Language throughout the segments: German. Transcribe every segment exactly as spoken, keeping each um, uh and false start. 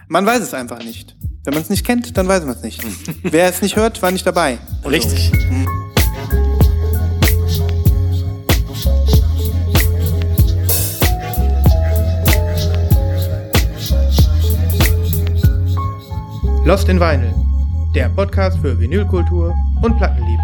Man weiß es einfach nicht. Wenn man es nicht kennt, dann weiß man es nicht. Wer es nicht hört, war nicht dabei. Und Richtig. So. Mhm. Lost in Vinyl, der Podcast für Vinylkultur und Plattenliebe.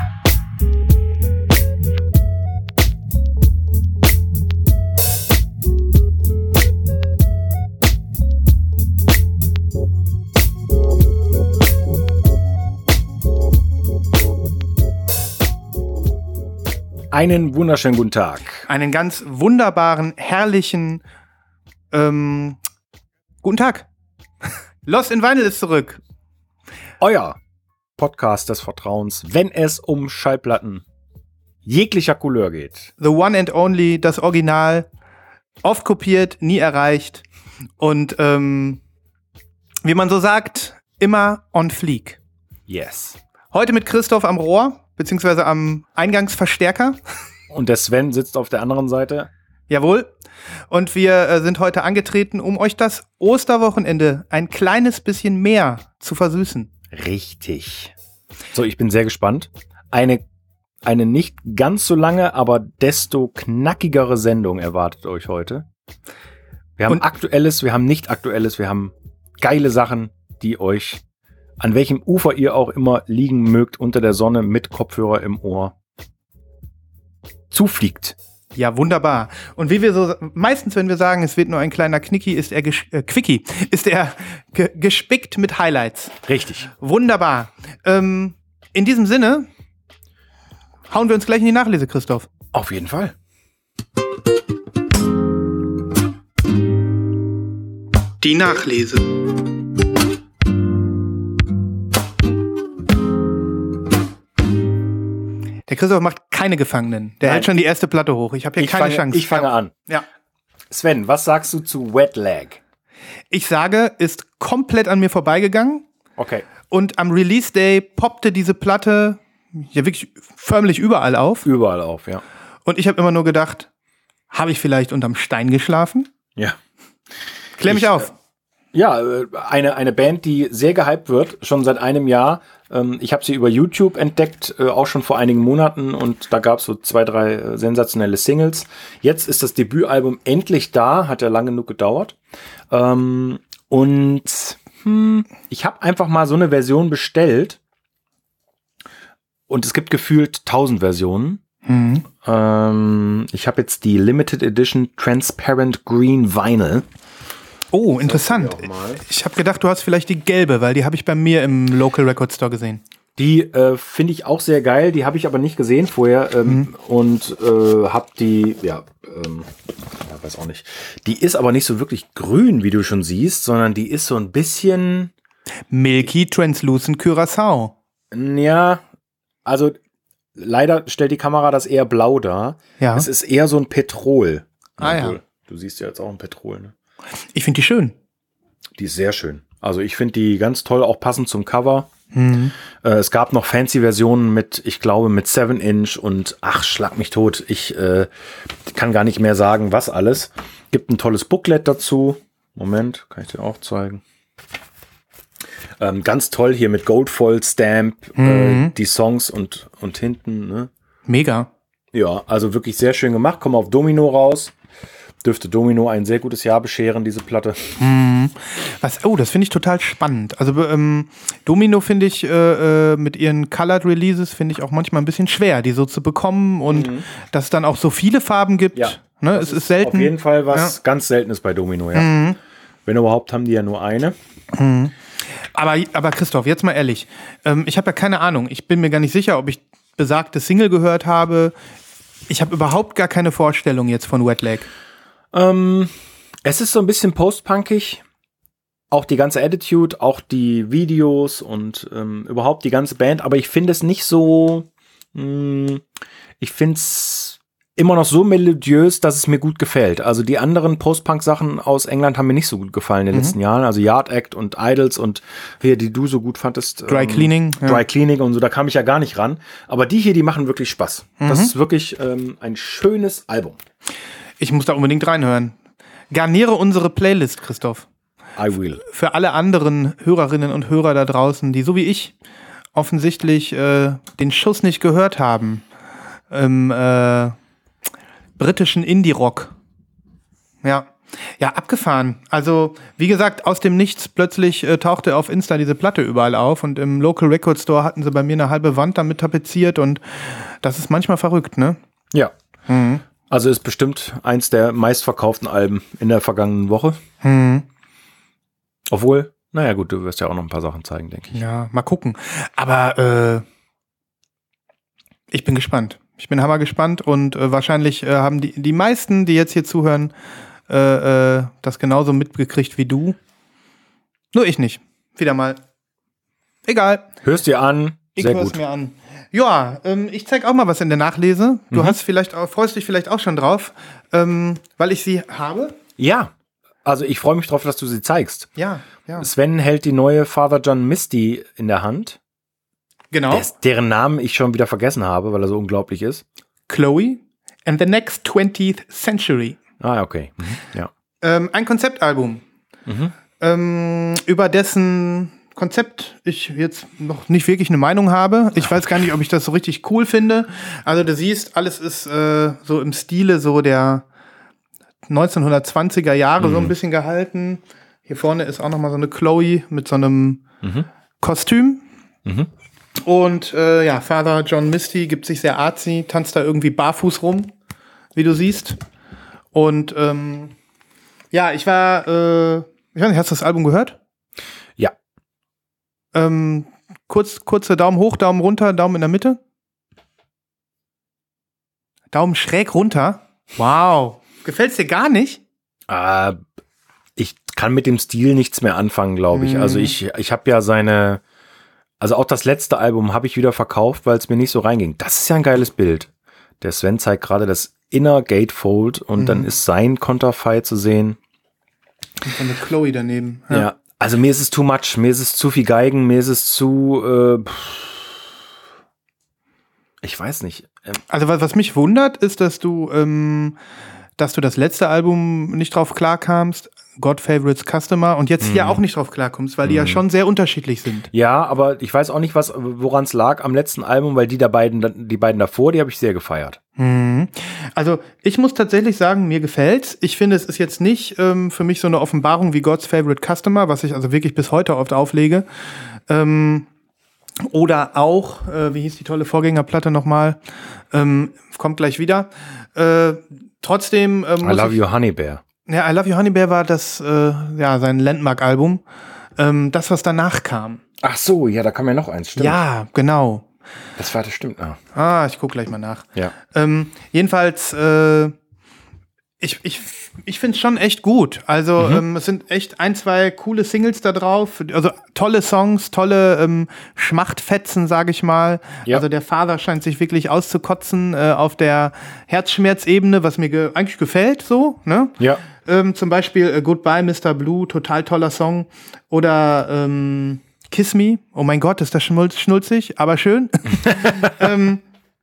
Einen wunderschönen guten Tag. Einen ganz wunderbaren, herrlichen, ähm, guten Tag. Lost in Vinyl ist zurück. Euer Podcast des Vertrauens, wenn es um Schallplatten jeglicher Couleur geht. The one and only, das Original, oft kopiert, nie erreicht und ähm, wie man so sagt, immer on fleek. Yes. Heute mit Christoph am Rohr, beziehungsweise am Eingangsverstärker. Und der Sven sitzt auf der anderen Seite. Jawohl. Und wir äh, sind heute angetreten, um euch das Osterwochenende ein kleines bisschen mehr zu versüßen. Richtig. So, ich bin sehr gespannt. Eine, eine nicht ganz so lange, aber desto knackigere Sendung erwartet euch heute. Wir haben Und Aktuelles, wir haben Nicht-Aktuelles, wir haben geile Sachen, die euch, an welchem Ufer ihr auch immer liegen mögt, unter der Sonne mit Kopfhörer im Ohr, zufliegt. Ja, wunderbar. Und wie wir so, meistens, wenn wir sagen, es wird nur ein kleiner Knicki, ist er, gesch- äh, Quickie, ist er ge- gespickt mit Highlights. Richtig. Wunderbar. Ähm, in diesem Sinne hauen wir uns gleich in die Nachlese, Christoph. Auf jeden Fall. Die Nachlese. Der Christoph macht keine Gefangenen. Der Nein. hält schon die erste Platte hoch. Ich habe hier Ich keine fange, Chance. ich fange an. Ja. Sven, was sagst du zu Wet Leg? Ich sage, ist komplett an mir vorbeigegangen. Okay. Und am Release Day poppte diese Platte ja wirklich förmlich überall auf. Überall auf, ja. Und ich habe immer nur gedacht, habe ich vielleicht unterm Stein geschlafen? Ja. Klär mich Ich, auf. Ja, eine, eine Band, die sehr gehypt wird, schon seit einem Jahr. Ich habe sie über YouTube entdeckt, auch schon vor einigen Monaten. Und da gab es so zwei, drei sensationelle Singles. Jetzt ist das Debütalbum endlich da, hat ja lange genug gedauert. Und hm, ich habe einfach mal so eine Version bestellt. Und es gibt gefühlt tausend Versionen. Mhm. Ähm, ich habe jetzt die Limited Edition Transparent Green Vinyl. Oh, interessant. Ich habe gedacht, du hast vielleicht die gelbe, weil die habe ich bei mir im Local Record Store gesehen. Die äh, finde ich auch sehr geil, die habe ich aber nicht gesehen vorher ähm, mhm. und äh, habe die, ja, ähm, ja, weiß auch nicht. Die ist aber nicht so wirklich grün, wie du schon siehst, sondern die ist so ein bisschen Milky Translucent Curaçao. Ja, also leider stellt die Kamera das eher blau dar. Ja. Es ist eher so ein Petrol. Ah, ja. Du siehst ja jetzt auch ein Petrol, ne? Ich finde die schön. Die ist sehr schön. Also ich finde die ganz toll, auch passend zum Cover. Mhm. Äh, es gab noch fancy Versionen mit, ich glaube, mit seven Inch und ach, schlag mich tot. Ich äh, kann gar nicht mehr sagen, was alles. Gibt ein tolles Booklet dazu. Moment, kann ich dir auch zeigen. Ähm, ganz toll hier mit Goldfoil Stamp, mhm. äh, die Songs und, und hinten. Ne? Mega. Ja, also wirklich sehr schön gemacht. Kommen auf Domino raus. Dürfte Domino ein sehr gutes Jahr bescheren, diese Platte. Mhm. Was, oh, das finde ich total spannend. Also ähm, Domino finde ich äh, mit ihren Colored Releases finde ich auch manchmal ein bisschen schwer, die so zu bekommen und mhm. dass es dann auch so viele Farben gibt. Ja, ne? Es ist, ist selten. Auf jeden Fall was ja. ganz Seltenes bei Domino, ja. Mhm. Wenn überhaupt, haben die ja nur eine. Mhm. Aber, aber Christoph, jetzt mal ehrlich. Ähm, ich habe ja keine Ahnung. Ich bin mir gar nicht sicher, ob ich besagte Single gehört habe. Ich habe überhaupt gar keine Vorstellung jetzt von Wet Leg. Ähm, es ist so ein bisschen postpunkig. Auch die ganze Attitude, auch die Videos und ähm, überhaupt die ganze Band. Aber ich finde es nicht so, mh, ich finde es immer noch so melodiös, dass es mir gut gefällt. Also die anderen Post-Punk-Sachen aus England haben mir nicht so gut gefallen in den mhm. letzten Jahren. Also Yard Act und Idols und hier, die du so gut fandest. Dry ähm, Cleaning. Ja. Dry Cleaning und so, da kam ich ja gar nicht ran. Aber die hier, die machen wirklich Spaß. Mhm. Das ist wirklich ähm, ein schönes Album. Ich muss da unbedingt reinhören. Garniere unsere Playlist, Christoph. I will. Für alle anderen Hörerinnen und Hörer da draußen, die so wie ich offensichtlich äh, den Schuss nicht gehört haben im äh, britischen Indie-Rock. Ja. Ja, abgefahren. Also, wie gesagt, aus dem Nichts plötzlich äh, tauchte auf Insta diese Platte überall auf und im Local Record Store hatten sie bei mir eine halbe Wand damit tapeziert und das ist manchmal verrückt, ne? Ja. Mhm. Also ist bestimmt eins der meistverkauften Alben in der vergangenen Woche. Mhm. Obwohl, naja gut, du wirst ja auch noch ein paar Sachen zeigen, denke ich. Ja, mal gucken. Aber äh, ich bin gespannt. Ich bin hammer gespannt und äh, wahrscheinlich äh, haben die, die meisten, die jetzt hier zuhören, Äh, äh, das genauso mitgekriegt wie du. Nur ich nicht. Wieder mal. Egal. Hörst dir an. Ich Sehr hör's gut. mir an. Ja, ähm, ich zeig auch mal was in der Nachlese. Du Mhm. hast vielleicht auch, freust dich vielleicht auch schon drauf, ähm, weil ich sie habe. Ja, also ich freue mich drauf, dass du sie zeigst. Ja, ja. Sven hält die neue Father John Misty in der Hand. Genau. Des, deren Namen ich schon wieder vergessen habe, weil er so unglaublich ist. Chloe and the Next twentieth Century. Ah, okay. Mhm. Ja. Ähm, ein Konzeptalbum, Mhm. ähm, über dessen Konzept ich jetzt noch nicht wirklich eine Meinung habe. Ich weiß gar nicht, ob ich das so richtig cool finde. Also du siehst, alles ist äh, so im Stile so der neunzehnhundertzwanziger Jahre Mhm. so ein bisschen gehalten. Hier vorne ist auch noch mal so eine Chloe mit so einem Mhm. Kostüm. Mhm. Und äh, ja, Father John Misty gibt sich sehr artsy, tanzt da irgendwie barfuß rum, wie du siehst. Und ähm, ja, ich war, äh, ich weiß nicht, hast du das Album gehört? Ja. Ähm, kurz, kurze Daumen hoch, Daumen runter, Daumen in der Mitte. Daumen schräg runter. Wow. Gefällt's dir gar nicht? Äh, ich kann mit dem Stil nichts mehr anfangen, glaube ich. Mhm. Also ich, ich habe ja seine, also auch das letzte Album habe ich wieder verkauft, weil es mir nicht so reinging. Das ist ja ein geiles Bild. Der Sven zeigt gerade das Inner Gatefold und Mhm. dann ist sein Konterfei zu sehen. Und so eine Chloe daneben. Ja. Also mir ist es too much, mir ist es zu viel Geigen, mir ist es zu, äh, ich weiß nicht. Ähm, Also was, was mich wundert, ist, dass du, ähm, dass du das letzte Album nicht drauf klarkamst, God Favorites Customer, und jetzt hier auch nicht drauf klarkommst, weil die ja schon sehr unterschiedlich sind. Ja, aber ich weiß auch nicht, was, woran es lag am letzten Album, weil die der beiden, die beiden davor, die habe ich sehr gefeiert. Mhm. Also ich muss tatsächlich sagen, mir gefällt's. Ich finde, es ist jetzt nicht ähm, für mich so eine Offenbarung wie God's Favorite Customer, was ich also wirklich bis heute oft auflege. Ähm, oder auch, äh, wie hieß die tolle Vorgängerplatte nochmal, ähm, kommt gleich wieder. Äh, trotzdem äh, I muss Love ich, You Honey Bear. Ja, I Love You Honey Bear war das, äh, ja, sein Landmark-Album. Ähm, das, was danach kam. Ach so, ja, da kam ja noch eins, stimmt. Ja, genau. Das war, das stimmt. Ah. Ah, ich guck gleich mal nach. Ja. Ähm, jedenfalls, äh, ich, ich, ich finde es schon echt gut. Also Mhm. ähm, es sind echt ein, zwei coole Singles da drauf. Also tolle Songs, tolle ähm, Schmachtfetzen, sage ich mal. Ja. Also der Father scheint sich wirklich auszukotzen äh, auf der Herzschmerzebene, was mir ge eigentlich gefällt so. Ne? Ja. Ähm, zum Beispiel äh, Goodbye Mister Blue, total toller Song. Oder ähm, Kiss Me, oh mein Gott, ist das schnulz schnulzig, aber schön. ähm,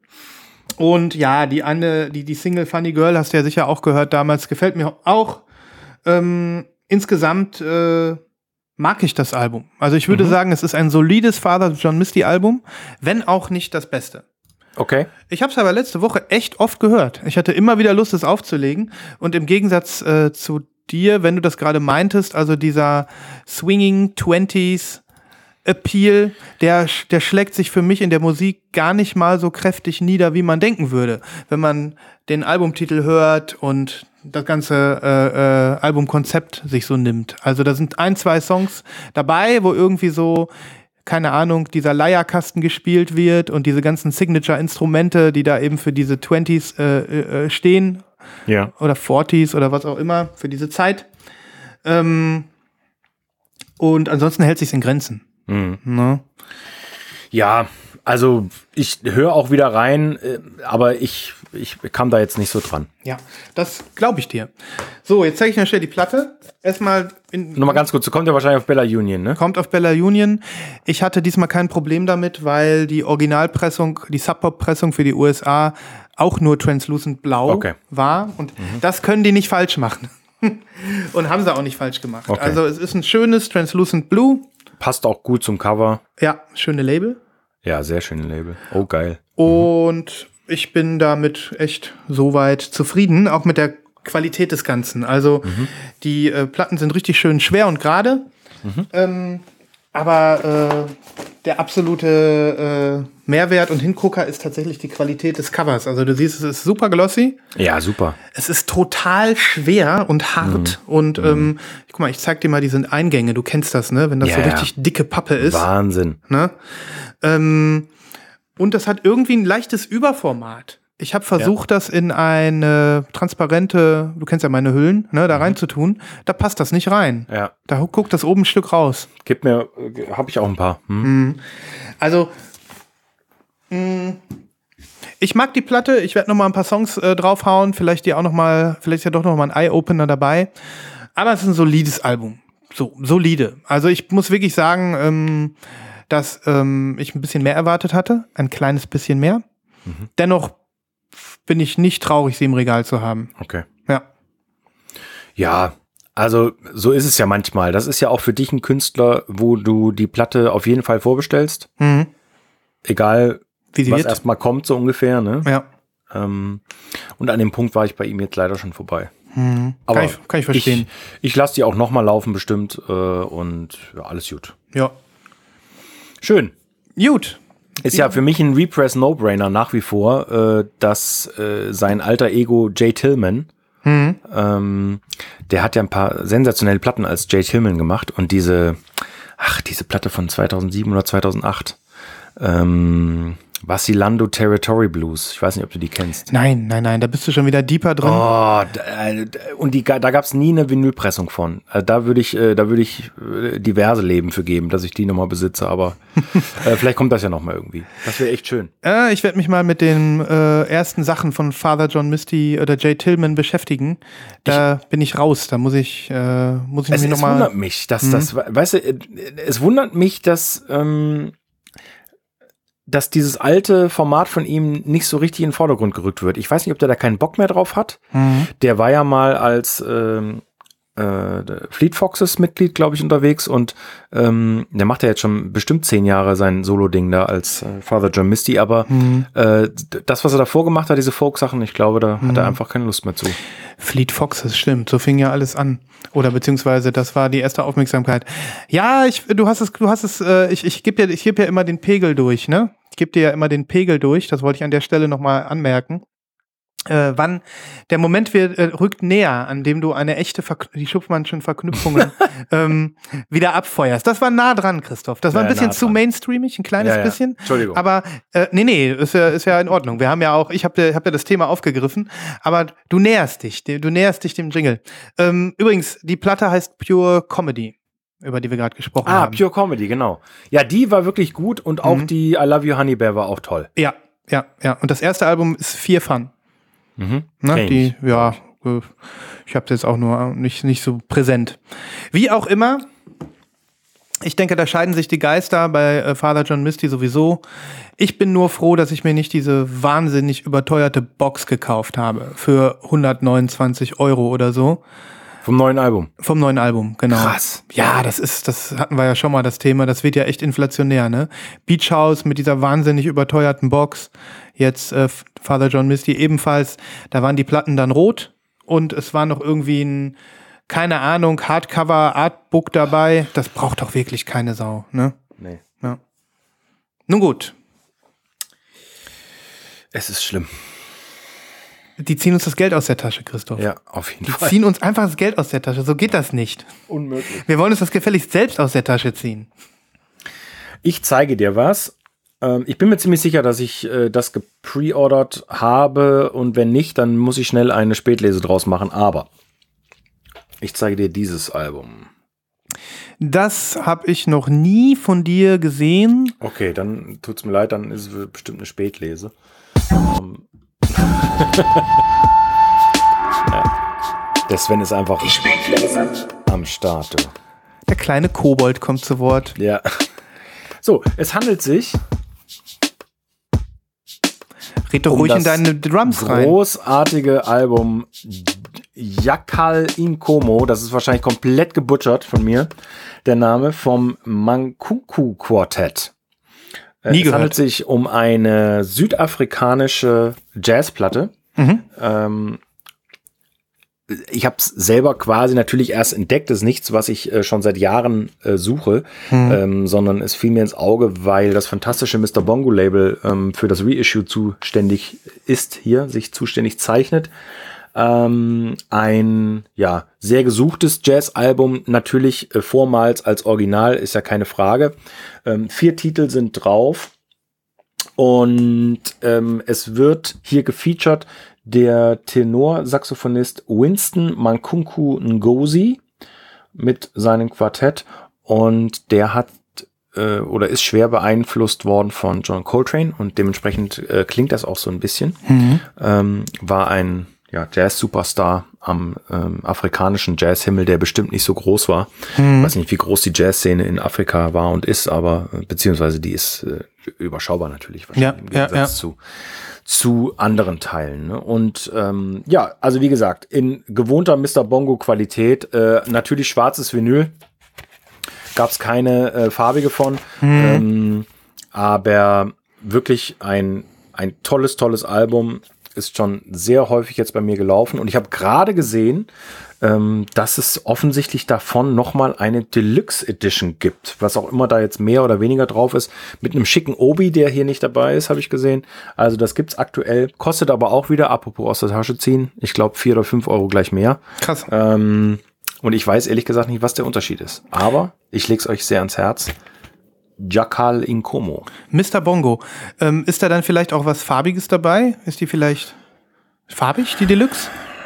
und ja, die eine, die, die Single Funny Girl hast du ja sicher auch gehört damals, gefällt mir auch. Ähm, insgesamt äh, mag ich das Album. Also ich würde Mhm. sagen, es ist ein solides Father John Misty Album, wenn auch nicht das Beste. Okay. Ich habe es aber letzte Woche echt oft gehört. Ich hatte immer wieder Lust, es aufzulegen. Und im Gegensatz äh, zu dir, wenn du das gerade meintest, also dieser Swinging Twenties Appeal, der, der schlägt sich für mich in der Musik gar nicht mal so kräftig nieder, wie man denken würde. Wenn man den Albumtitel hört und das ganze äh, äh, Albumkonzept sich so nimmt. Also da sind ein, zwei Songs dabei, wo irgendwie so, keine Ahnung, dieser Leierkasten gespielt wird und diese ganzen Signature-Instrumente, die da eben für diese Twenties äh, äh, stehen Ja. oder Forties oder was auch immer für diese Zeit. Ähm, und ansonsten hält sich's in Grenzen. Mhm. Ne? Ja, also ich höre auch wieder rein, äh, aber ich, ich kam da jetzt nicht so dran. Ja, das glaube ich dir. So, jetzt zeige ich mir schnell die Platte. Erstmal in, Nur mal ganz kurz, du kommst ja wahrscheinlich auf Bella Union, ne? kommt auf Bella Union. Ich hatte diesmal kein Problem damit, weil die Originalpressung, die Sub-Pop-Pressung für die U S A auch nur Translucent Blau Okay. war. Und das können die nicht falsch machen. Und haben sie auch nicht falsch gemacht. Okay. Also es ist ein schönes Translucent Blue. Passt auch gut zum Cover. Ja, schöne Label. Ja, sehr schöne Label. Oh, geil. Und ich bin damit echt soweit zufrieden, auch mit der Qualität des Ganzen. Also mhm. die äh, Platten sind richtig schön schwer und gerade. Mhm. Ähm, aber äh, der absolute äh, Mehrwert und Hingucker ist tatsächlich die Qualität des Covers. Also du siehst, es ist super glossy. Ja, super. Es ist total schwer und hart. Mhm. Und ähm, guck mal, ich zeig dir mal diese Eingänge. Du kennst das, ne? Wenn das ja, so richtig dicke Pappe ist. Wahnsinn. Ne? Ähm, und das hat irgendwie ein leichtes Überformat. Ich habe versucht, ja. das in eine transparente, du kennst ja meine Hüllen, ne, da mhm. reinzutun. Da passt das nicht rein. Ja. Da guckt das oben ein Stück raus. Gib mir, habe ich auch ein paar. Hm. Mhm. Also, mh, ich mag die Platte. Ich werde noch mal ein paar Songs äh, draufhauen. Vielleicht die auch noch mal, vielleicht ist ja doch noch mal ein Eye-Opener dabei. Aber es ist ein solides Album. So, solide. Also ich muss wirklich sagen, ähm, dass ähm, ich ein bisschen mehr erwartet hatte. Ein kleines bisschen mehr. Mhm. Dennoch bin ich nicht traurig, sie im Regal zu haben. Okay. Ja. Ja, also so ist es ja manchmal. Das ist ja auch für dich ein Künstler, wo du die Platte auf jeden Fall vorbestellst. Mhm. Egal, wie sie was erstmal kommt, so ungefähr. Ne? Ja. Ähm, und an dem Punkt war ich bei ihm jetzt leider schon vorbei. Mhm. Aber kann ich, kann ich verstehen. Ich, ich lasse die auch noch mal laufen bestimmt äh, und ja, alles gut. Ja. Schön. Gut. Ist ja für mich ein Repress-No-Brainer nach wie vor, äh, dass äh, sein alter Ego Jay Tillman, mhm. ähm, der hat ja ein paar sensationelle Platten als Jay Tillman gemacht und diese, ach, diese Platte von zweitausendsieben oder zweitausendacht, ähm, Vacillando Territory Blues. Ich weiß nicht, ob du die kennst. Nein, nein, nein, da bist du schon wieder deeper drin. Oh, und die, da gab es nie eine Vinylpressung von. Also da würde ich, da würde ich diverse Leben für geben, dass ich die nochmal besitze, aber äh, vielleicht kommt das ja nochmal irgendwie. Das wäre echt schön. Äh, ich werde mich mal mit den äh, ersten Sachen von Father John Misty oder Jay Tillman beschäftigen. Da ich, bin ich raus, da muss ich, äh, muss ich es, mir nochmal... Es wundert mich, dass mhm. das, weißt du, es wundert mich, dass... Ähm, dass dieses alte Format von ihm nicht so richtig in den Vordergrund gerückt wird. Ich weiß nicht, ob der da keinen Bock mehr drauf hat. Mhm. Der war ja mal als ähm, äh, Fleet Foxes Mitglied, glaube ich, unterwegs und ähm, der macht ja jetzt schon bestimmt zehn Jahre sein Solo-Ding da als äh, Father John Misty, aber mhm. äh, das, was er davor gemacht hat, diese Folk-Sachen, ich glaube, da mhm. hat er einfach keine Lust mehr zu. Fleet Foxes, stimmt, so fing ja alles an. Oder beziehungsweise das war die erste Aufmerksamkeit. Ja, ich, du hast es, du hast es, äh, ich, ich gebe dir, ich gebe ja immer den Pegel durch, ne? Ich gebe dir ja immer den Pegel durch, das wollte ich an der Stelle nochmal anmerken. Äh, wann der Moment wird, äh, rückt näher, an dem du eine echte, Verk- die Schupfmannschen Verknüpfungen ähm, wieder abfeuerst. Das war nah dran, Christoph. Das war ein ja, bisschen zu mainstreamig, ein kleines ja, ja. bisschen. Entschuldigung. Aber äh, nee, nee, ist ja, ist ja in Ordnung. Wir haben ja auch, ich habe hab ja das Thema aufgegriffen, aber du näherst dich, du näherst dich dem Jingle. Ähm, übrigens, die Platte heißt Pure Comedy, über die wir gerade gesprochen ah, haben. Ah, Pure Comedy, genau. Ja, die war wirklich gut und auch mhm. die I Love You Honey Bear war auch toll. Ja, ja, ja. Und das erste Album ist Fear Fun. Mhm. Ne, die, ja, ich habe es jetzt auch nur nicht, nicht so präsent. Wie auch immer, ich denke, da scheiden sich die Geister bei äh, Father John Misty sowieso. Ich bin nur froh, dass ich mir nicht diese wahnsinnig überteuerte Box gekauft habe für hundertneunundzwanzig Euro oder so. Vom neuen Album? Vom neuen Album, genau. Krass. Ja, das ist, das hatten wir ja schon mal, das Thema. Das wird ja echt inflationär, ne? Beach House mit dieser wahnsinnig überteuerten Box. Jetzt äh, Father John Misty ebenfalls. Da waren die Platten dann rot und es war noch irgendwie ein, keine Ahnung, Hardcover, Artbook dabei. Das braucht doch wirklich keine Sau, ne? Nee. Ja. Nun gut. Es ist schlimm. Die ziehen uns das Geld aus der Tasche, Christoph. Ja, auf jeden die Fall. Die ziehen uns einfach das Geld aus der Tasche. So geht das nicht. Unmöglich. Wir wollen uns das gefälligst selbst aus der Tasche ziehen. Ich zeige dir was. Ähm, ich bin mir ziemlich sicher, dass ich äh, das gepreordert habe. Und wenn nicht, dann muss ich schnell eine Spätlese draus machen. Aber ich zeige dir dieses Album. Das habe ich noch nie von dir gesehen. Okay, dann tut's mir leid, dann ist es bestimmt eine Spätlese. Ähm, ja. Der Sven ist einfach am Start. Du. Der kleine Kobold kommt zu Wort. Ja. So, es handelt sich. Red doch um ruhig in deine Drums rein. Großartige Album Yakal Inkomo, das ist wahrscheinlich komplett gebutchert von mir, der Name vom Mankunku Quartet. Äh, Nie es gehört. handelt sich um eine südafrikanische Jazzplatte. Mhm. Ähm, ich habe es selber quasi natürlich erst entdeckt. Das ist nichts, was ich äh, schon seit Jahren äh, suche, Mhm. ähm, sondern es fiel mir ins Auge, weil das fantastische Mister Bongo Label ähm, für das Reissue zuständig ist, hier sich zuständig zeichnet. Ähm, ein ja sehr gesuchtes Jazz-Album, natürlich äh, vormals als Original, ist ja keine Frage. Ähm, vier Titel sind drauf und ähm, es wird hier gefeatured der Tenorsaxophonist Winston Mankunku Ngozi mit seinem Quartett und der hat äh, oder ist schwer beeinflusst worden von John Coltrane und dementsprechend äh, klingt das auch so ein bisschen. Mhm. Ähm, war ein ja, Jazz-Superstar am ähm, afrikanischen Jazzhimmel, der bestimmt nicht so groß war. Mhm. Ich weiß nicht, wie groß die Jazzszene in Afrika war und ist, aber äh, beziehungsweise die ist äh, überschaubar natürlich wahrscheinlich Ja, im Gegensatz ja, ja. zu zu anderen Teilen. Ne? Und ähm, ja, also wie gesagt, in gewohnter Mister Bongo-Qualität, äh, natürlich schwarzes Vinyl, gab es keine äh, farbige von, Mhm. ähm, aber wirklich ein, ein tolles, tolles Album, ist schon sehr häufig jetzt bei mir gelaufen und ich habe gerade gesehen, ähm, dass es offensichtlich davon nochmal eine Deluxe Edition gibt, was auch immer da jetzt mehr oder weniger drauf ist, mit einem schicken Obi, der hier nicht dabei ist, habe ich gesehen. Also das gibt's aktuell, kostet aber auch wieder, apropos aus der Tasche ziehen, ich glaube vier oder fünf Euro gleich mehr. Krass. Ähm, und ich weiß ehrlich gesagt nicht, was der Unterschied ist. Aber ich lege es euch sehr ans Herz. Yakal Inkomo. Mister Bongo. Ähm, ist da dann vielleicht auch was Farbiges dabei? Ist die vielleicht farbig, die Deluxe?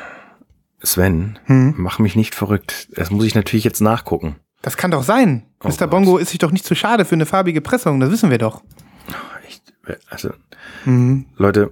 Sven, Hm. mach mich nicht verrückt. Das muss ich natürlich jetzt nachgucken. Das kann doch sein. Oh Mister Gott. Bongo ist sich doch nicht zu schade für eine farbige Pressung, das wissen wir doch. Echt, also, Mhm. Leute,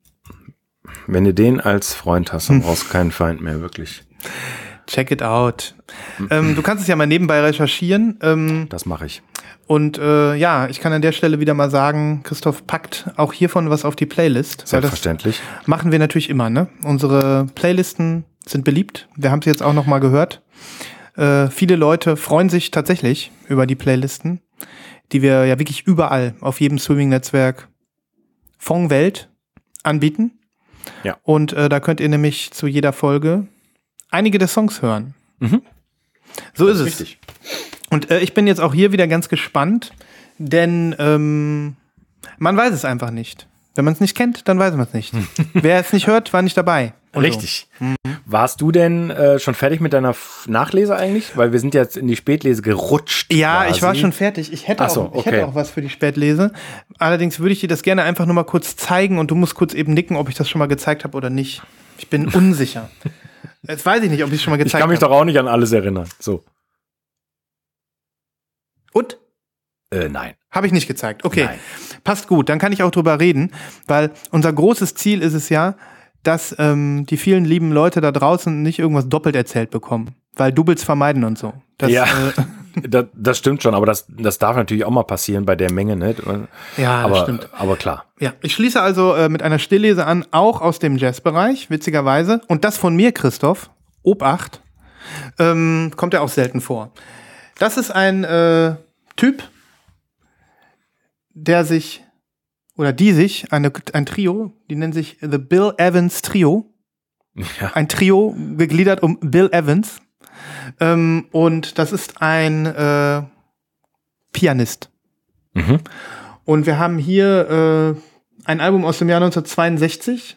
wenn du den als Freund hast, dann brauchst du keinen Feind mehr, wirklich. Check it out. Ähm, du kannst es ja mal nebenbei recherchieren. Ähm, Das mache ich. und äh, ja, ich kann an der Stelle wieder mal sagen, Christoph packt auch hiervon was auf die Playlist. Weil das Selbstverständlich. machen wir natürlich immer, ne? Unsere Playlisten sind beliebt. Wir haben sie jetzt auch noch mal gehört. Äh, viele Leute freuen sich tatsächlich über die Playlisten, die wir ja wirklich überall auf jedem Streaming-Netzwerk von Welt anbieten. Ja. Und äh, da könnt ihr nämlich zu jeder Folge einige der Songs hören. Mhm. So Das ist ist es. richtig. Und äh, ich bin jetzt auch hier wieder ganz gespannt, denn ähm, man weiß es einfach nicht. Wenn man es nicht kennt, dann weiß man es nicht. Wer es nicht hört, war nicht dabei. Und Richtig. Warst du denn äh, schon fertig mit deiner F- Nachlese eigentlich? Weil wir sind jetzt in die Spätlese gerutscht. So. Ja, quasi. ich war schon fertig. Ich hätte, Ach so, auch, ich hätte okay. auch was für die Spätlese. Allerdings würde ich dir das gerne einfach nur mal kurz zeigen und du musst kurz eben nicken, ob ich das schon mal gezeigt habe oder nicht. Ich bin unsicher. Jetzt weiß ich nicht, ob ich es schon mal Ich gezeigt kann mich habe. doch auch nicht an alles erinnern. So. Und? Äh, nein. Habe ich nicht gezeigt. Okay, Nein. passt gut. Dann kann ich auch drüber reden, weil unser großes Ziel ist es ja, dass ähm, die vielen lieben Leute da draußen nicht irgendwas doppelt erzählt bekommen, weil Doubles vermeiden und so. Das, Ja. äh, das, das stimmt schon, aber das, das darf natürlich auch mal passieren bei der Menge, ne? ja, das aber, stimmt. aber klar. Ja, ich schließe also äh, mit einer Stilllese an, auch aus dem Jazzbereich, witzigerweise. Und das von mir, Christoph, Obacht, ähm, kommt ja auch selten vor. Das ist ein äh, Typ, der sich, oder die sich, eine, ein Trio, die nennen sich The Bill Evans Trio. Ja. Ein Trio, gegliedert um Bill Evans. Ähm, und das ist ein äh, Pianist. Mhm. Und wir haben hier äh, ein Album aus dem Jahr neunzehnhundertzweiundsechzig.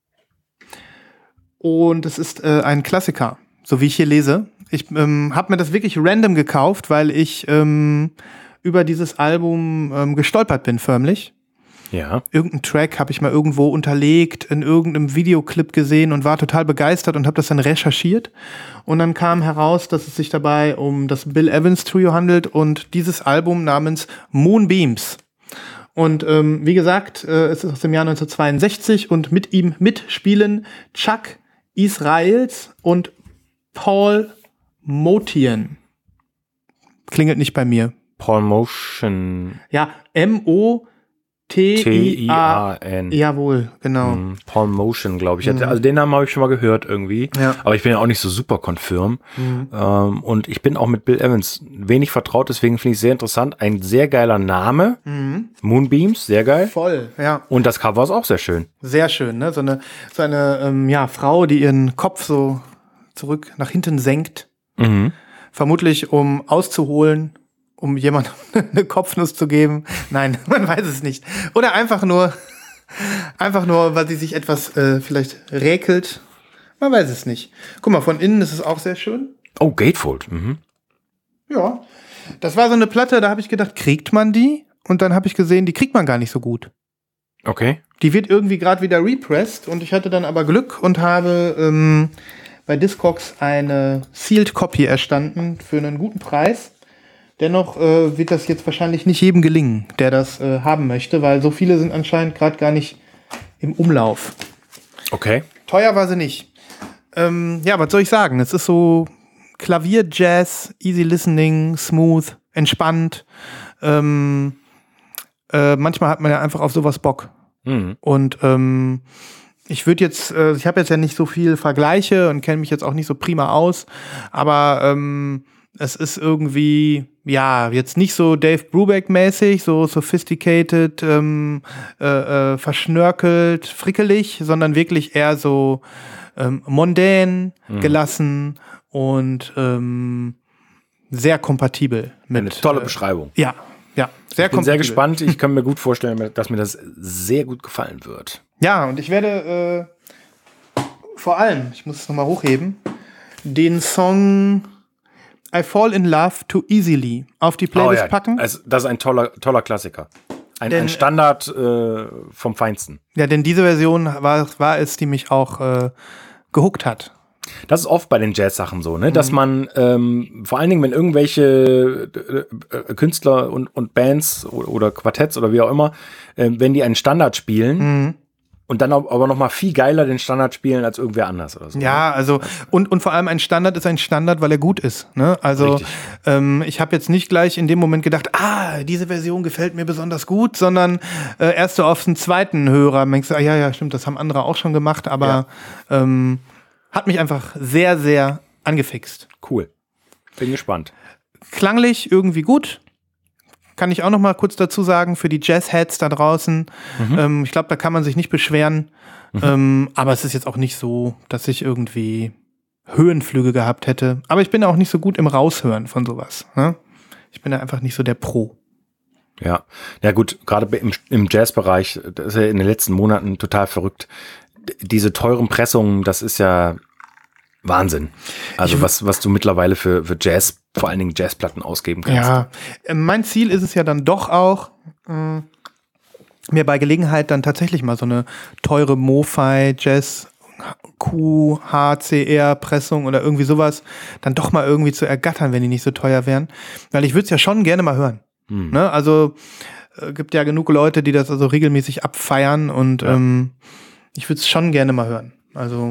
Und es ist äh, ein Klassiker, so wie ich hier lese. Ich ähm, habe mir das wirklich random gekauft, weil ich ähm, über dieses Album ähm, gestolpert bin, förmlich. Ja. Irgendeinen Track habe ich mal irgendwo unterlegt, in irgendeinem Videoclip gesehen und war total begeistert und habe das dann recherchiert. Und dann kam heraus, dass es sich dabei um das Bill Evans Trio handelt und dieses Album namens Moonbeams. Und ähm, wie gesagt, äh, es ist aus dem Jahr neunzehnhundertzweiundsechzig und mit ihm mitspielen Chuck Israels und Paul Motian. Klingelt nicht bei mir. Paul Motion. Ja, M O T I A N. Jawohl, genau. Mm, Paul Motion, glaube ich. Mhm. Also den Namen habe ich schon mal gehört irgendwie. Ja. Aber ich bin ja auch nicht so super confirm. Mhm. Ähm, und ich bin auch mit Bill Evans wenig vertraut, deswegen finde ich es sehr interessant. Ein sehr geiler Name. Mhm. Moonbeams, sehr geil. Voll, ja. Und das Cover ist auch sehr schön. Sehr schön, ne? So eine, so eine ähm, ja, Frau, die ihren Kopf so zurück nach hinten senkt. Mhm. Vermutlich, um auszuholen, um jemandem eine Kopfnuss zu geben. Nein, man weiß es nicht. Oder einfach nur, einfach nur, weil sie sich etwas äh, vielleicht räkelt. Man weiß es nicht. Guck mal, von innen ist es auch sehr schön. Oh, Gatefold. Mhm. Ja, das war so eine Platte, da habe ich gedacht, kriegt man die? Und dann habe ich gesehen, die kriegt man gar nicht so gut. Okay. Die wird irgendwie gerade wieder repressed und ich hatte dann aber Glück und habe ähm, bei Discogs eine Sealed Copy erstanden für einen guten Preis. Dennoch äh, wird das jetzt wahrscheinlich nicht jedem gelingen, der das äh, haben möchte, weil so viele sind anscheinend gerade gar nicht im Umlauf. Okay. Teuer war sie nicht. Ähm, ja, was soll ich sagen? Es ist so Klavier-Jazz, easy listening, smooth, entspannt. Ähm, äh, manchmal hat man ja einfach auf sowas Bock. Mhm. Und ähm, ich würde jetzt, äh, ich habe jetzt ja nicht so viel Vergleiche und kenne mich jetzt auch nicht so prima aus, aber ähm, es ist irgendwie, ja, jetzt nicht so Dave Brubeck-mäßig, so sophisticated, ähm, äh, äh, verschnörkelt, frickelig, sondern wirklich eher so ähm, mondän, mhm. gelassen und ähm, sehr kompatibel mit. Eine tolle äh, Beschreibung. Ja, ja, sehr Ich bin sehr gespannt. Ich kann mir gut vorstellen, dass mir das sehr gut gefallen wird. Ja, und ich werde äh, vor allem, ich muss es nochmal hochheben, den Song I Fall in Love Too Easily auf die Playlist oh ja, packen. Also das ist ein toller, toller Klassiker. Ein, denn, ein Standard äh, vom Feinsten. Ja, denn diese Version war, war es, die mich auch äh, gehuckt hat. Das ist oft bei den Jazz-Sachen so, ne? Mhm. Dass man ähm, vor allen Dingen, wenn irgendwelche äh, äh, Künstler und, und Bands oder, oder Quartetts oder wie auch immer, äh, wenn die einen Standard spielen, mhm. und dann aber noch mal viel geiler den Standard spielen als irgendwer anders oder so. Ja, also und, und vor allem ein Standard ist ein Standard, weil er gut ist. Ne? Also ähm, ich habe jetzt nicht gleich in dem Moment gedacht, ah, diese Version gefällt mir besonders gut, sondern äh, erst so auf den zweiten Hörer denkst du, ah, ja, ja, stimmt, das haben andere auch schon gemacht, aber ja. ähm, hat mich einfach sehr, sehr angefixt. Cool. Bin gespannt. Klanglich irgendwie gut. Kann ich auch noch mal kurz dazu sagen, für die Jazzheads da draußen. Mhm. Ähm, ich glaube, da kann man sich nicht beschweren. Mhm. Ähm, aber es ist jetzt auch nicht so, dass ich irgendwie Höhenflüge gehabt hätte. Aber ich bin auch nicht so gut im Raushören von sowas. Ne? Ich bin da einfach nicht so der Pro. Ja, ja gut, gerade im, im Jazzbereich, das ist ja in den letzten Monaten total verrückt. Diese teuren Pressungen, das ist ja Wahnsinn. Also ich, was, was du mittlerweile für, für Jazz, vor allen Dingen Jazzplatten ausgeben kannst. Ja, mein Ziel ist es ja dann doch auch, mh, mir bei Gelegenheit dann tatsächlich mal so eine teure Mo-Fi Jazz Q, H C R Pressung oder irgendwie sowas dann doch mal irgendwie zu ergattern, wenn die nicht so teuer wären. Weil ich würde es ja schon gerne mal hören. Hm. Ne? Also äh, gibt ja genug Leute, die das also regelmäßig abfeiern und ja. ähm, ich würde es schon gerne mal hören. Also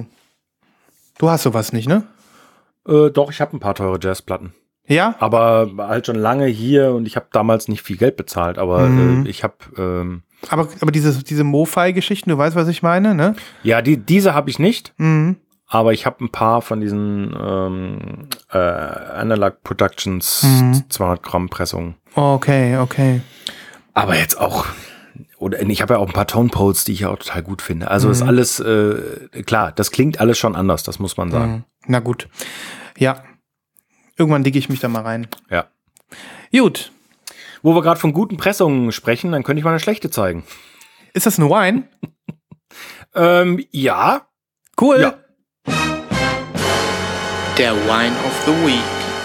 du hast sowas nicht, ne? Äh, doch, ich habe ein paar teure Jazzplatten. Ja? Aber halt schon lange hier und ich habe damals nicht viel Geld bezahlt, aber mhm. äh, ich habe ähm, Aber, aber diese, diese Mo-Fi-Geschichten, du weißt, was ich meine, ne? Ja, die, diese habe ich nicht. Mhm. Aber ich habe ein paar von diesen ähm, äh, Analog Productions mhm. zweihundert Gramm Pressungen. Okay, okay. Aber jetzt auch, oder ich habe ja auch ein paar Tone Poles, die ich auch total gut finde. Also mhm. ist alles, äh, klar, das klingt alles schon anders, das muss man sagen. Mhm. Na gut. Ja. Irgendwann digge ich mich da mal rein. Ja. Gut. Wo wir gerade von guten Pressungen sprechen, dann könnte ich mal eine schlechte zeigen. Ist das ein Wine? ähm, ja. Cool. Ja. Der Wine of the Week.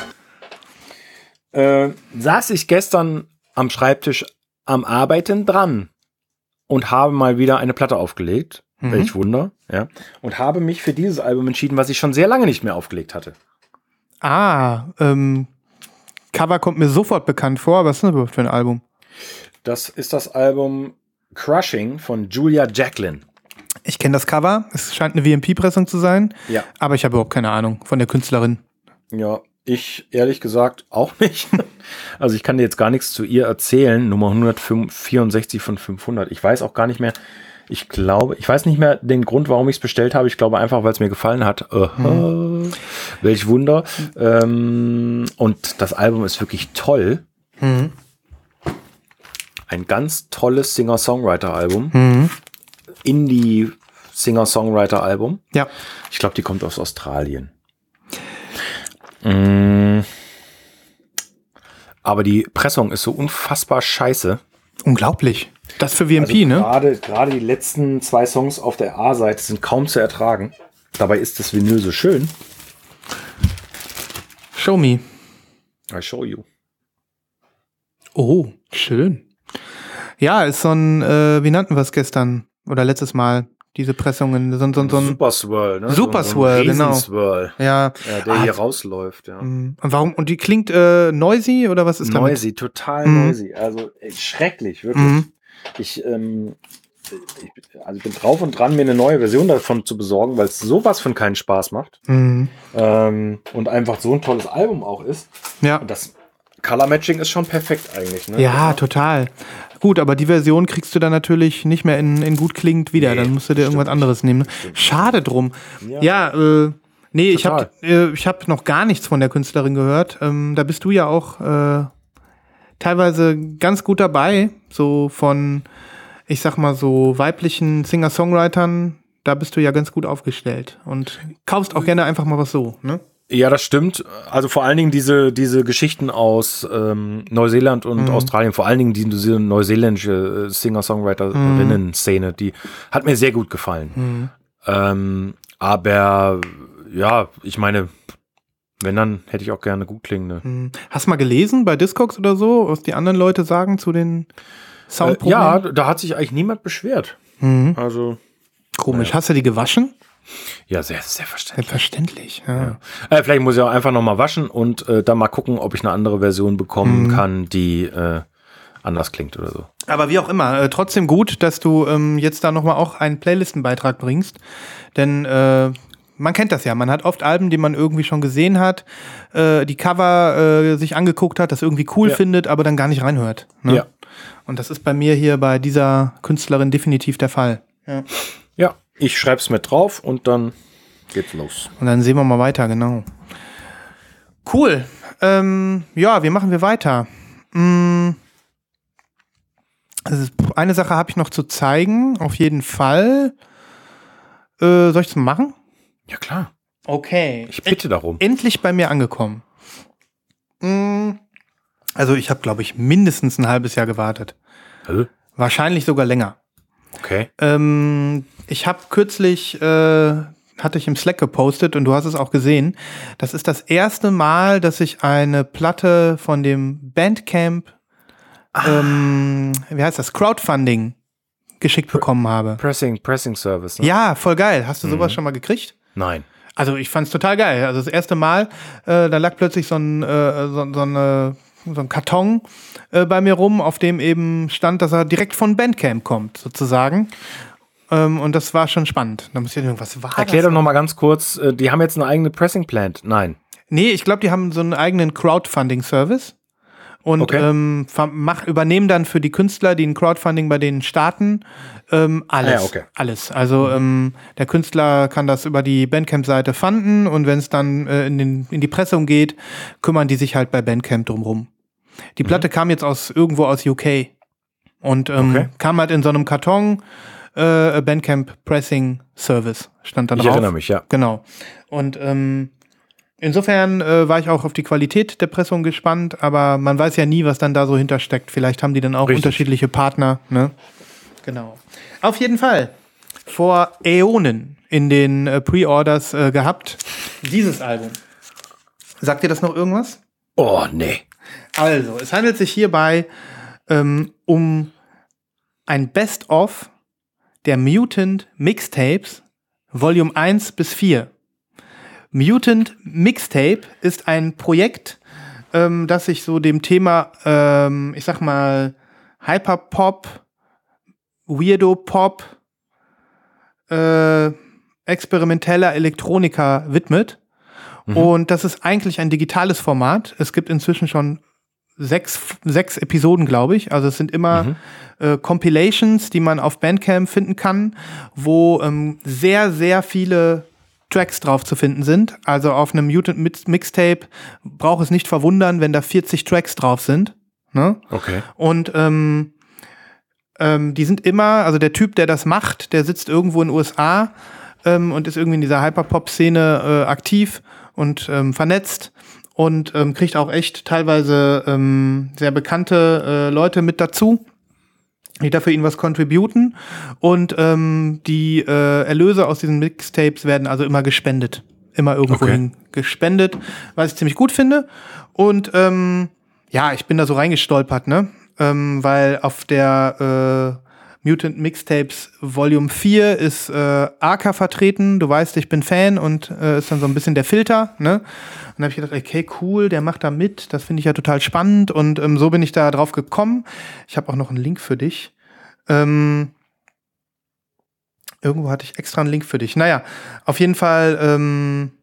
Äh, saß ich gestern am Schreibtisch am Arbeiten dran und habe mal wieder eine Platte aufgelegt. Mhm. Welch Wunder. Ja. Und habe mich für dieses Album entschieden, was ich schon sehr lange nicht mehr aufgelegt hatte. Ah, ähm, Cover kommt mir sofort bekannt vor. Was ist das überhaupt für ein Album? Das ist das Album Crushing von Julia Jacklin. Ich kenne das Cover. Es scheint eine V M P-Pressung zu sein. Ja. Aber ich habe überhaupt keine Ahnung von der Künstlerin. Ja, Ich ehrlich gesagt auch nicht. Also ich kann dir jetzt gar nichts zu ihr erzählen. Nummer hundertvierundsechzig von fünfhundert. Ich weiß auch gar nicht mehr. Ich glaube, ich weiß nicht mehr den Grund, warum ich es bestellt habe. Ich glaube einfach, weil es mir gefallen hat. Uh, mhm. Welch Wunder. Ähm, und das Album ist wirklich toll. Mhm. Ein ganz tolles Singer-Songwriter-Album. Mhm. Indie-Singer-Songwriter-Album. Ja. Ich glaube, die kommt aus Australien. Mhm. Aber die Pressung ist so unfassbar scheiße. Unglaublich. Das für V M P, also ne? Gerade, gerade die letzten zwei Songs auf der A-Seite sind kaum zu ertragen. Dabei ist das Vinyl so schön. Show me. I show you. Oh, schön. Ja, ist so ein, äh, wie nannten wir es gestern oder letztes Mal, diese Pressungen. So, so, so ein Super Swirl, ne? Super so, Swirl, so genau. Swirl. Ja. ja. Der ah, hier rausläuft, ja. Und warum? Und die klingt äh, noisy oder was ist das? Noisy, damit? Total mhm. noisy. Also ey, schrecklich, wirklich. Mhm. Ich, ähm, ich, also ich bin drauf und dran, mir eine neue Version davon zu besorgen, weil es sowas von keinen Spaß macht. Mhm. Ähm, und einfach so ein tolles Album auch ist. Ja. Und das Color Matching ist schon perfekt eigentlich. Ne? Ja, ja, total. Gut, aber die Version kriegst du dann natürlich nicht mehr in, in gut klingend wieder. Nee, dann musst du dir irgendwas anderes nehmen. Schade drum. Ja, ja äh, nee, total. ich habe äh, ich hab noch gar nichts von der Künstlerin gehört. Ähm, da bist du ja auch äh, teilweise ganz gut dabei. So von, ich sag mal so, weiblichen Singer-Songwritern. Da bist du ja ganz gut aufgestellt. Und kaufst auch gerne einfach mal was so, ne? Ja, das stimmt. Also vor allen Dingen diese, diese Geschichten aus ähm, Neuseeland und mhm. Australien, vor allen Dingen die, diese neuseeländische Singer-Songwriterinnen-Szene, die hat mir sehr gut gefallen. Mhm. Ähm, aber ja, ich meine, wenn, dann hätte ich auch gerne gut klingende. Mhm. Hast du mal gelesen bei Discogs oder so, was die anderen Leute sagen zu den Soundproblemen? Äh, ja, da hat sich eigentlich niemand beschwert. Mhm. Also komisch. Ja. Hast du die gewaschen? Ja, sehr, sehr verständlich. Selbstverständlich, ja. ja. Äh, vielleicht muss ich auch einfach nochmal waschen und äh, dann mal gucken, ob ich eine andere Version bekommen mhm. kann, die äh, anders klingt oder so. Aber wie auch immer, äh, trotzdem gut, dass du ähm, jetzt da nochmal auch einen Playlistenbeitrag bringst. Denn äh, man kennt das ja, man hat oft Alben, die man irgendwie schon gesehen hat, äh, die Cover äh, sich angeguckt hat, das irgendwie cool ja. findet, aber dann gar nicht reinhört. Ne? Ja. Und das ist bei mir hier bei dieser Künstlerin definitiv der Fall. Ja. Ja. Ich schreib's mit drauf und dann geht's los. Und dann sehen wir mal weiter, genau. Cool. Ähm, ja, wie machen wir weiter? Hm. Also eine Sache habe ich noch zu zeigen, auf jeden Fall. Äh, soll ich es machen? Ja, klar. Okay. Ich bitte darum. Endlich bei mir angekommen. Hm. Also ich habe, glaube ich, mindestens ein halbes Jahr gewartet. Hä? Wahrscheinlich sogar länger. Okay. Ähm, ich habe kürzlich, äh, hatte ich im Slack gepostet und du hast es auch gesehen, das ist das erste Mal, dass ich eine Platte von dem Bandcamp, ah. ähm, wie heißt das, Crowdfunding geschickt Pr- bekommen habe. Pressing, Pressing Service. Ne? Ja, voll geil. Hast du sowas mhm. schon mal gekriegt? Nein. Also ich fand's total geil. Also das erste Mal, äh, da lag plötzlich so ein, äh, so, so eine so ein Karton äh, bei mir rum, auf dem eben stand, dass er direkt von Bandcamp kommt, sozusagen. Ähm, und das war schon spannend. Da muss ich irgendwas war Erklär doch noch mal ganz kurz, äh, die haben jetzt eine eigene Pressing Plant. Nein. Nee, ich glaube, die haben so einen eigenen Crowdfunding-Service und okay. ähm, mach, übernehmen dann für die Künstler, die ein Crowdfunding bei denen starten, ähm, alles. Ah, ja, okay. Alles. Also ähm, der Künstler kann das über die Bandcamp-Seite funden und wenn es dann äh, in, den, in die Pressung geht, kümmern die sich halt bei Bandcamp drumrum. Die Platte mhm. kam jetzt aus irgendwo aus U K und ähm, okay. kam halt in so einem Karton, äh, Bandcamp Pressing Service stand da drauf. Ich erinnere mich, ja. Genau. Und ähm, insofern äh, war ich auch auf die Qualität der Pressung gespannt, aber man weiß ja nie, was dann da so hintersteckt. Vielleicht haben die dann auch Richtig. unterschiedliche Partner, ne? Genau. Auf jeden Fall. Vor Äonen in den äh, Pre-Orders äh, gehabt. Dieses Album. Sagt dir das noch irgendwas? Oh, nee. Also, es handelt sich hierbei ähm, um ein Best-of der Mutant Mixtapes, Volume eins bis vier. Mutant Mixtape ist ein Projekt, ähm, das sich so dem Thema, ähm, ich sag mal, Hyperpop, Weirdo-Pop, äh, experimenteller Elektronika widmet. Mhm. Und das ist eigentlich ein digitales Format. Es gibt inzwischen schon sechs, sechs Episoden, glaube ich. Also es sind immer mhm. äh, Compilations, die man auf Bandcamp finden kann, wo ähm, sehr, sehr viele Tracks drauf zu finden sind. Also auf einem Mutant Mixtape braucht es nicht verwundern, wenn da vierzig Tracks drauf sind. Ne? Okay. Und ähm, ähm, die sind immer, also der Typ, der das macht, der sitzt irgendwo in den U S A ähm, und ist irgendwie in dieser Hyperpop-Szene äh, aktiv und ähm, vernetzt und ähm, kriegt auch echt teilweise ähm, sehr bekannte äh, Leute mit dazu, die da für ihn was contributen. Und ähm, die äh, Erlöse aus diesen Mixtapes werden also immer gespendet. Immer irgendwohin okay. gespendet, was ich ziemlich gut finde. Und ähm, ja, ich bin da so reingestolpert, ne? Ähm, weil auf der äh, Mutant Mixtapes Volume vier ist äh, Arca vertreten. Du weißt, ich bin Fan und äh, ist dann so ein bisschen der Filter, ne? Und dann habe ich gedacht, okay, cool, der macht da mit. Das finde ich ja total spannend. Und ähm, so bin ich da drauf gekommen. Ich habe auch noch einen Link für dich. Ähm, irgendwo hatte ich extra einen Link für dich. Naja, auf jeden Fall ähm,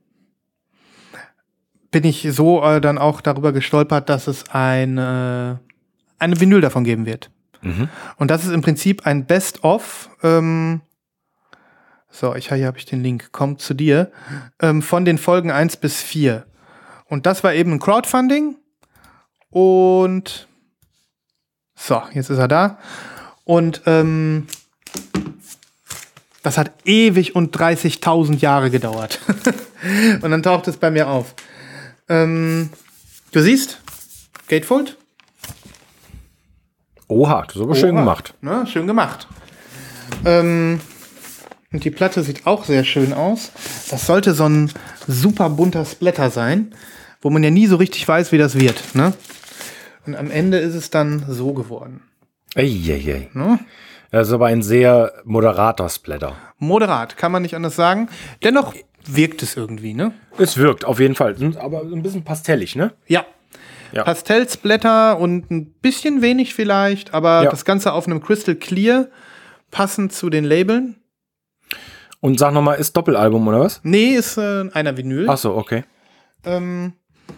bin ich so äh, dann auch darüber gestolpert, dass es eine, eine Vinyl davon geben wird. Mhm. Und das ist im Prinzip ein Best-of. Ähm, so, ich, hier habe ich den Link. Kommt zu dir. Ähm, von den Folgen eins bis vier. Und das war eben ein Crowdfunding. Und so, jetzt ist er da. Und ähm, das hat ewig und dreißigtausend Jahre gedauert. Und dann taucht es bei mir auf. Ähm, du siehst, Gatefold. Oha, das ist aber Oha. schön gemacht. Ne, schön gemacht. Ähm, und die Platte sieht auch sehr schön aus. Das sollte so ein super bunter Splatter sein, wo man ja nie so richtig weiß, wie das wird. Ne? Und am Ende ist es dann so geworden. Eieiei. Ne? Das ist aber ein sehr moderater Splatter. Moderat, kann man nicht anders sagen. Dennoch wirkt es irgendwie, ne? Es wirkt, auf jeden Fall. Aber ein bisschen pastellig, ne? Ja. ja. Pastellsblätter und ein bisschen wenig vielleicht, aber ja. das Ganze auf einem Crystal Clear, passend zu den Labeln. Und sag nochmal, ist Doppelalbum oder was? Nee, ist äh, einer Vinyl. Ach so, okay. Ähm,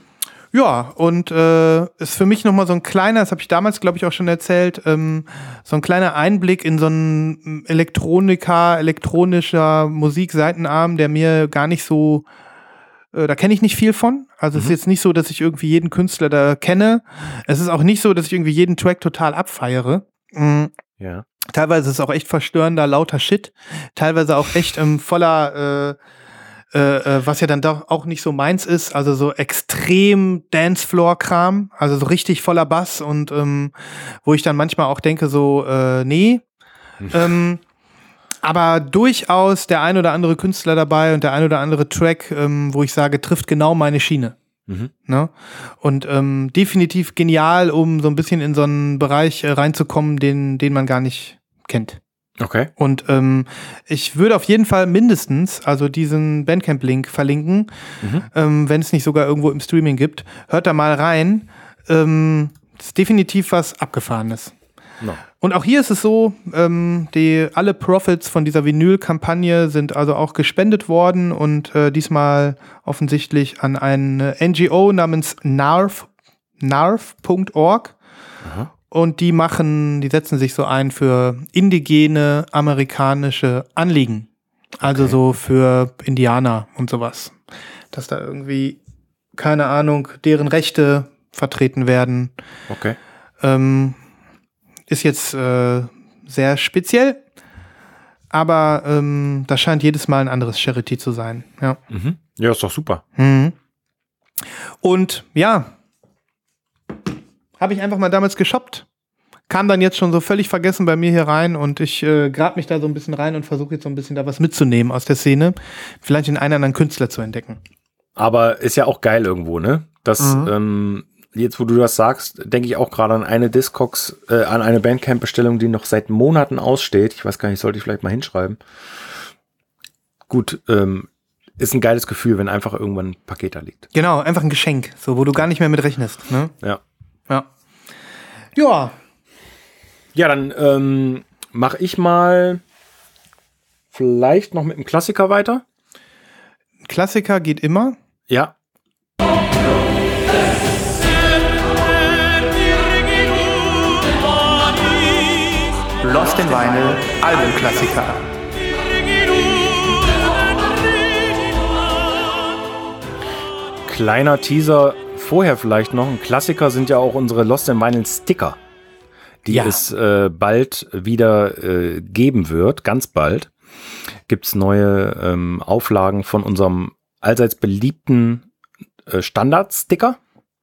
ja, und äh, ist für mich nochmal so ein kleiner, das habe ich damals, glaube ich, auch schon erzählt, ähm, so ein kleiner Einblick in so einen Elektronika, elektronischer Musikseitenarm, der mir gar nicht so, äh, da kenne ich nicht viel von. Also mhm. es ist jetzt nicht so, dass ich irgendwie jeden Künstler da kenne. Es ist auch nicht so, dass ich irgendwie jeden Track total abfeiere. Mhm. Ja. Teilweise ist es auch echt verstörender, lauter Shit. Teilweise auch echt ähm, voller äh, Äh, was ja dann doch auch nicht so meins ist, also so extrem Dancefloor-Kram, also so richtig voller Bass und ähm, wo ich dann manchmal auch denke so, äh, nee. ähm, aber durchaus der ein oder andere Künstler dabei und der ein oder andere Track, ähm, wo ich sage, trifft genau meine Schiene. Mhm. Ne? Und ähm, definitiv genial, um so ein bisschen in so einen Bereich äh, reinzukommen, den, den man gar nicht kennt. Okay. Und ähm, ich würde auf jeden Fall mindestens, also diesen Bandcamp-Link verlinken, mhm. ähm, wenn es nicht sogar irgendwo im Streaming gibt. Hört da mal rein. Ähm, das ist definitiv was Abgefahrenes. No. Und auch hier ist es so, ähm, die, alle Profits von dieser Vinyl-Kampagne sind also auch gespendet worden und äh, diesmal offensichtlich an eine N G O namens narf, narf Punkt org. Aha. Und die machen, die setzen sich so ein für indigene amerikanische Anliegen. Also okay. so für Indianer und sowas. Dass da irgendwie, keine Ahnung, deren Rechte vertreten werden. Okay. Ähm, ist jetzt äh, sehr speziell. Aber ähm, das scheint jedes Mal ein anderes Charity zu sein. Ja, mhm. Ja, ist doch super. Mhm. Und ja, habe ich einfach mal damals geshoppt. Kam dann jetzt schon so völlig vergessen bei mir hier rein und ich äh, grab mich da so ein bisschen rein und versuche jetzt so ein bisschen da was mitzunehmen aus der Szene. Vielleicht den einen oder anderen Künstler zu entdecken. Aber ist ja auch geil irgendwo, ne? Das, mhm. ähm, jetzt wo du das sagst, denke ich auch gerade an eine Discogs, äh, an eine Bandcamp-Bestellung, die noch seit Monaten aussteht. Ich weiß gar nicht, sollte ich vielleicht mal hinschreiben. Gut, ähm, ist ein geiles Gefühl, wenn einfach irgendwann ein Paket da liegt. Genau, einfach ein Geschenk, so wo du gar nicht mehr mit rechnest. Ne? Ja. Ja. Ja. Ja, dann ähm, mache ich mal vielleicht noch mit einem Klassiker weiter. Klassiker geht immer. Ja. Lost in Vinyl, Albumklassiker. Kleiner Teaser vorher vielleicht noch. Ein Klassiker sind ja auch unsere Lost in Vinyl Sticker, die Ja. es äh, bald wieder äh, geben wird. Ganz bald gibt es neue ähm, Auflagen von unserem allseits beliebten äh, Standard-Sticker.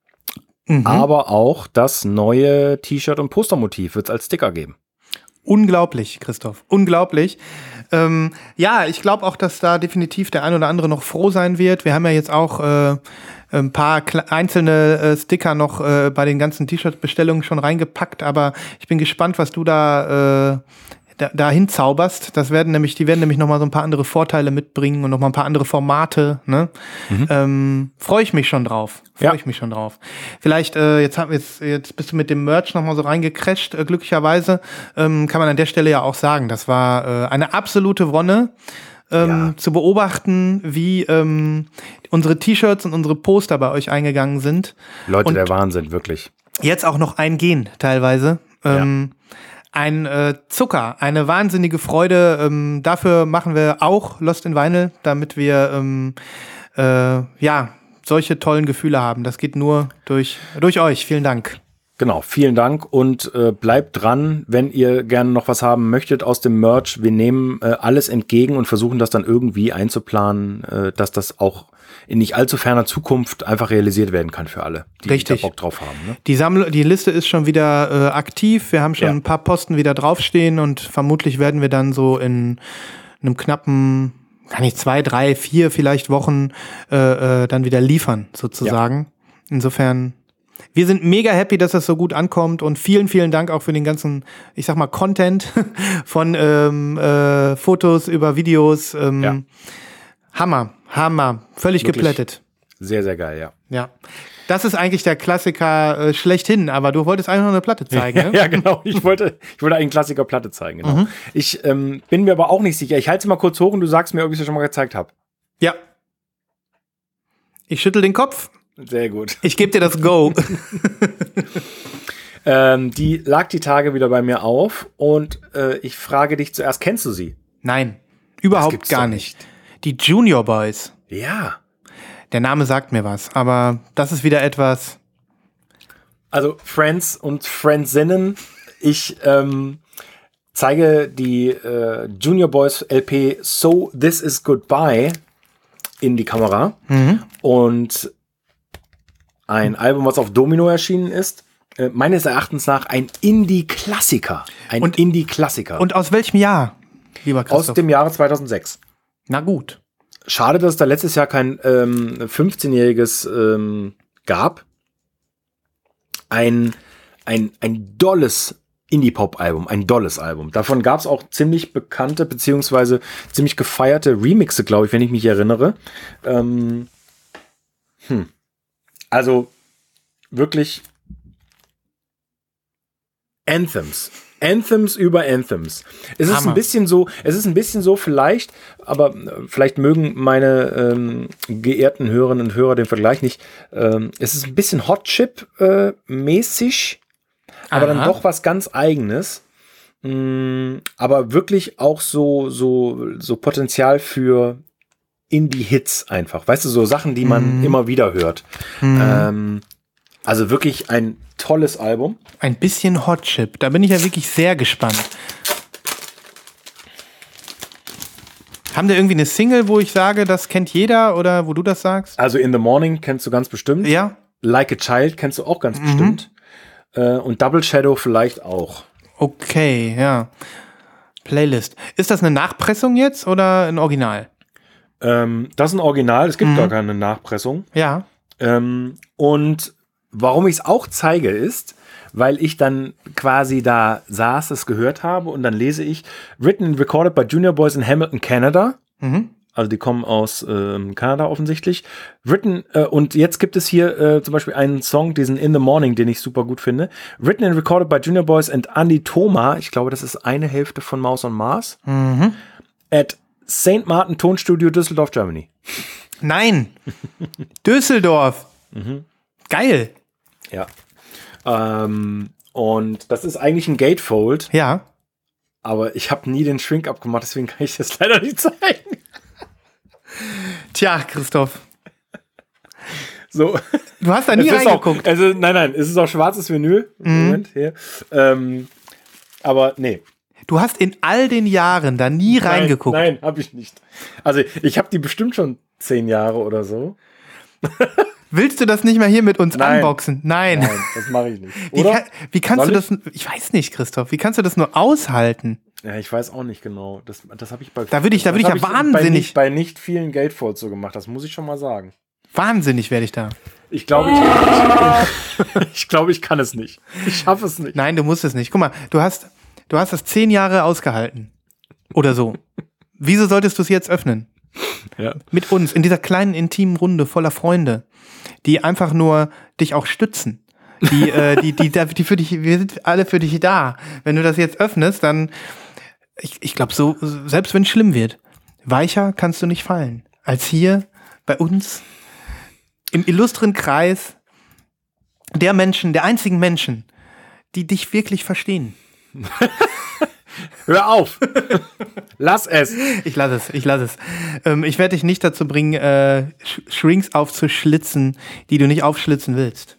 Mhm. Aber auch das neue T-Shirt- und Postermotiv wird es als Sticker geben. Unglaublich, Christoph. Unglaublich. Ähm, ja, ich glaube auch, dass da definitiv der ein oder andere noch froh sein wird. Wir haben ja jetzt auch äh, ein paar kle- einzelne äh, Sticker noch äh, bei den ganzen T-Shirt-Bestellungen schon reingepackt, aber ich bin gespannt, was du da äh, da, dahin zauberst. Das werden nämlich, die werden nämlich noch mal so ein paar andere Vorteile mitbringen und noch mal ein paar andere Formate. Ne? Mhm. Ähm, freue ich mich schon drauf. Freue Ja. ich mich schon drauf. Vielleicht, äh, jetzt, hab, jetzt, jetzt bist du mit dem Merch noch mal so reingecrasht, äh, glücklicherweise. Ähm, kann man an der Stelle ja auch sagen. Das war äh, eine absolute Wonne, ähm, Ja. zu beobachten, wie ähm, unsere T-Shirts und unsere Poster bei euch eingegangen sind. Leute, Und der Wahnsinn, wirklich. jetzt auch noch ein Gen teilweise. Ähm, ein äh, Zucker, eine wahnsinnige Freude. Ähm, dafür machen wir auch Lost in Vinyl, damit wir ähm, äh, ja solche tollen Gefühle haben. Das geht nur durch, durch euch. Vielen Dank. Genau, vielen Dank und äh, bleibt dran, wenn ihr gerne noch was haben möchtet aus dem Merch. Wir nehmen äh, alles entgegen und versuchen das dann irgendwie einzuplanen, äh, dass das auch in nicht allzu ferner Zukunft einfach realisiert werden kann für alle, die Richtig. da Bock drauf haben. Ne? Die Samml- die Liste ist schon wieder äh, aktiv. Wir haben schon Ja. ein paar Posten wieder draufstehen und vermutlich werden wir dann so in einem knappen, kann nicht zwei, drei, vier vielleicht Wochen äh, äh, dann wieder liefern, sozusagen. Insofern, wir sind mega happy, dass das so gut ankommt und vielen, vielen Dank auch für den ganzen, ich sag mal, Content von ähm, äh, Fotos über Videos. Ähm, Ja. Hammer, Hammer, völlig Wirklich. geplättet. Sehr, sehr geil, ja. Ja. Das ist eigentlich der Klassiker äh, schlechthin, aber du wolltest eigentlich noch eine Platte zeigen, ne? Ja, genau. Ich wollte, ich wollte einen Klassiker Platte zeigen, genau. Mhm. Ich ähm, bin mir aber auch nicht sicher. Ich halte sie mal kurz hoch und du sagst mir, ob ich sie schon mal gezeigt habe. Ja. Ich schüttel den Kopf. Sehr gut. Ich gebe dir das Go. Ähm, die lag die Tage wieder bei mir auf und äh, ich frage dich zuerst, kennst du sie? Nein, überhaupt gibt's gar doch nicht. Die Junior Boys. Ja. Der Name sagt mir was, aber das ist wieder etwas. Also Friends und Friendsinnen. Ich ähm, zeige die äh, Junior Boys L P So This Is Goodbye in die Kamera. Mhm. Und ein Album, was auf Domino erschienen ist. Äh, meines Erachtens nach ein Indie-Klassiker. Ein Und- Indie-Klassiker. Und aus welchem Jahr, lieber Christoph? aus dem Jahre zweitausendsechs. Na gut. Schade, dass es da letztes Jahr kein ähm, fünfzehnjähriges ähm, gab. Ein, ein, ein dolles Indie-Pop-Album, ein dolles Album. Davon gab es auch ziemlich bekannte, beziehungsweise ziemlich gefeierte Remixe, glaube ich, wenn ich mich erinnere. Ähm, hm. Also wirklich Anthems. Anthems über Anthems. Es ist Hammer. ein bisschen so, es ist ein bisschen so vielleicht, aber äh, vielleicht mögen meine ähm, geehrten Hörerinnen und Hörer den Vergleich nicht. Ähm, es ist ein bisschen Hot Chip äh, mäßig, aber Aha. dann doch was ganz Eigenes. Mm, aber wirklich auch so, so, so Potenzial für Indie-Hits einfach. Weißt du, so Sachen, die man Mhm. immer wieder hört. Hm. Ähm, also wirklich ein tolles Album. Ein bisschen Hot Chip. Da bin ich ja wirklich sehr gespannt. Haben der irgendwie eine Single, wo ich sage, das kennt jeder oder wo du das sagst? Also In the Morning kennst du ganz bestimmt. Ja? Like a Child kennst du auch ganz Mhm. bestimmt. Äh, und Double Shadow vielleicht auch. Okay, ja. Playlist. Ist das eine Nachpressung jetzt oder ein Original? Ähm, das ist ein Original, es gibt Mhm. gar keine Nachpressung. Ja. Ähm, und warum ich es auch zeige, ist, weil ich dann quasi da saß, es gehört habe und dann lese ich Written and Recorded by Junior Boys in Hamilton, Canada. Mhm. Also die kommen aus ähm, Kanada offensichtlich. Written, äh, und jetzt gibt es hier äh, zum Beispiel einen Song, diesen In the Morning, den ich super gut finde. Written and Recorded by Junior Boys and Andy Thoma. Ich glaube, das ist eine Hälfte von Mouse on Mars. Mhm. At Sankt Martin Tonstudio Düsseldorf, Germany. Nein. Düsseldorf. Mhm. Geil. Ja. Ähm, und das ist eigentlich ein Gatefold. Ja. Aber ich habe nie den Shrink abgemacht, deswegen kann ich das leider nicht zeigen. Tja, Christoph. So. Du hast da nie reingeguckt. Auch, also nein, nein, es ist auch schwarzes Vinyl. Mhm. Moment, hier. Ähm, aber nee. Du hast in all den Jahren da nie Nein, reingeguckt. Nein, habe ich nicht. Also ich habe die bestimmt schon zehn Jahre oder so. Willst du das nicht mal hier mit uns Nein. unboxen? Nein. Nein, das mache ich nicht. Wie, Oder? kann, wie kannst Soll du das? Ich weiß nicht, Christoph. Wie kannst du das nur aushalten? Ja, ich weiß auch nicht genau. Das, das habe ich bei. Da würde ich, da würde ich das ja hab Bei wahnsinnig, nicht, bei nicht vielen Gatefolds so gemacht. Das muss ich schon mal sagen. wahnsinnig werde ich da. Ich glaube, ich, ich, ich, glaube, ich kann es nicht. Ich schaffe es nicht. Nein, du musst es nicht. Guck mal, du hast, du hast das zehn Jahre ausgehalten. Oder so. Wieso solltest du es jetzt öffnen? Ja. Mit uns, in dieser kleinen, intimen Runde voller Freunde, die einfach nur dich auch stützen. Die, äh, die, die, die für dich, wir sind alle für dich da. Wenn du das jetzt öffnest, dann, ich, ich glaube, so, selbst wenn es schlimm wird, weicher kannst du nicht fallen. Als hier bei uns im illustren Kreis der Menschen, der einzigen Menschen, die dich wirklich verstehen. Hör auf! Lass es! Ich lasse es, ich lasse es. Ähm, ich werde dich nicht dazu bringen, äh, Sh- Shrinks aufzuschlitzen, die du nicht aufschlitzen willst.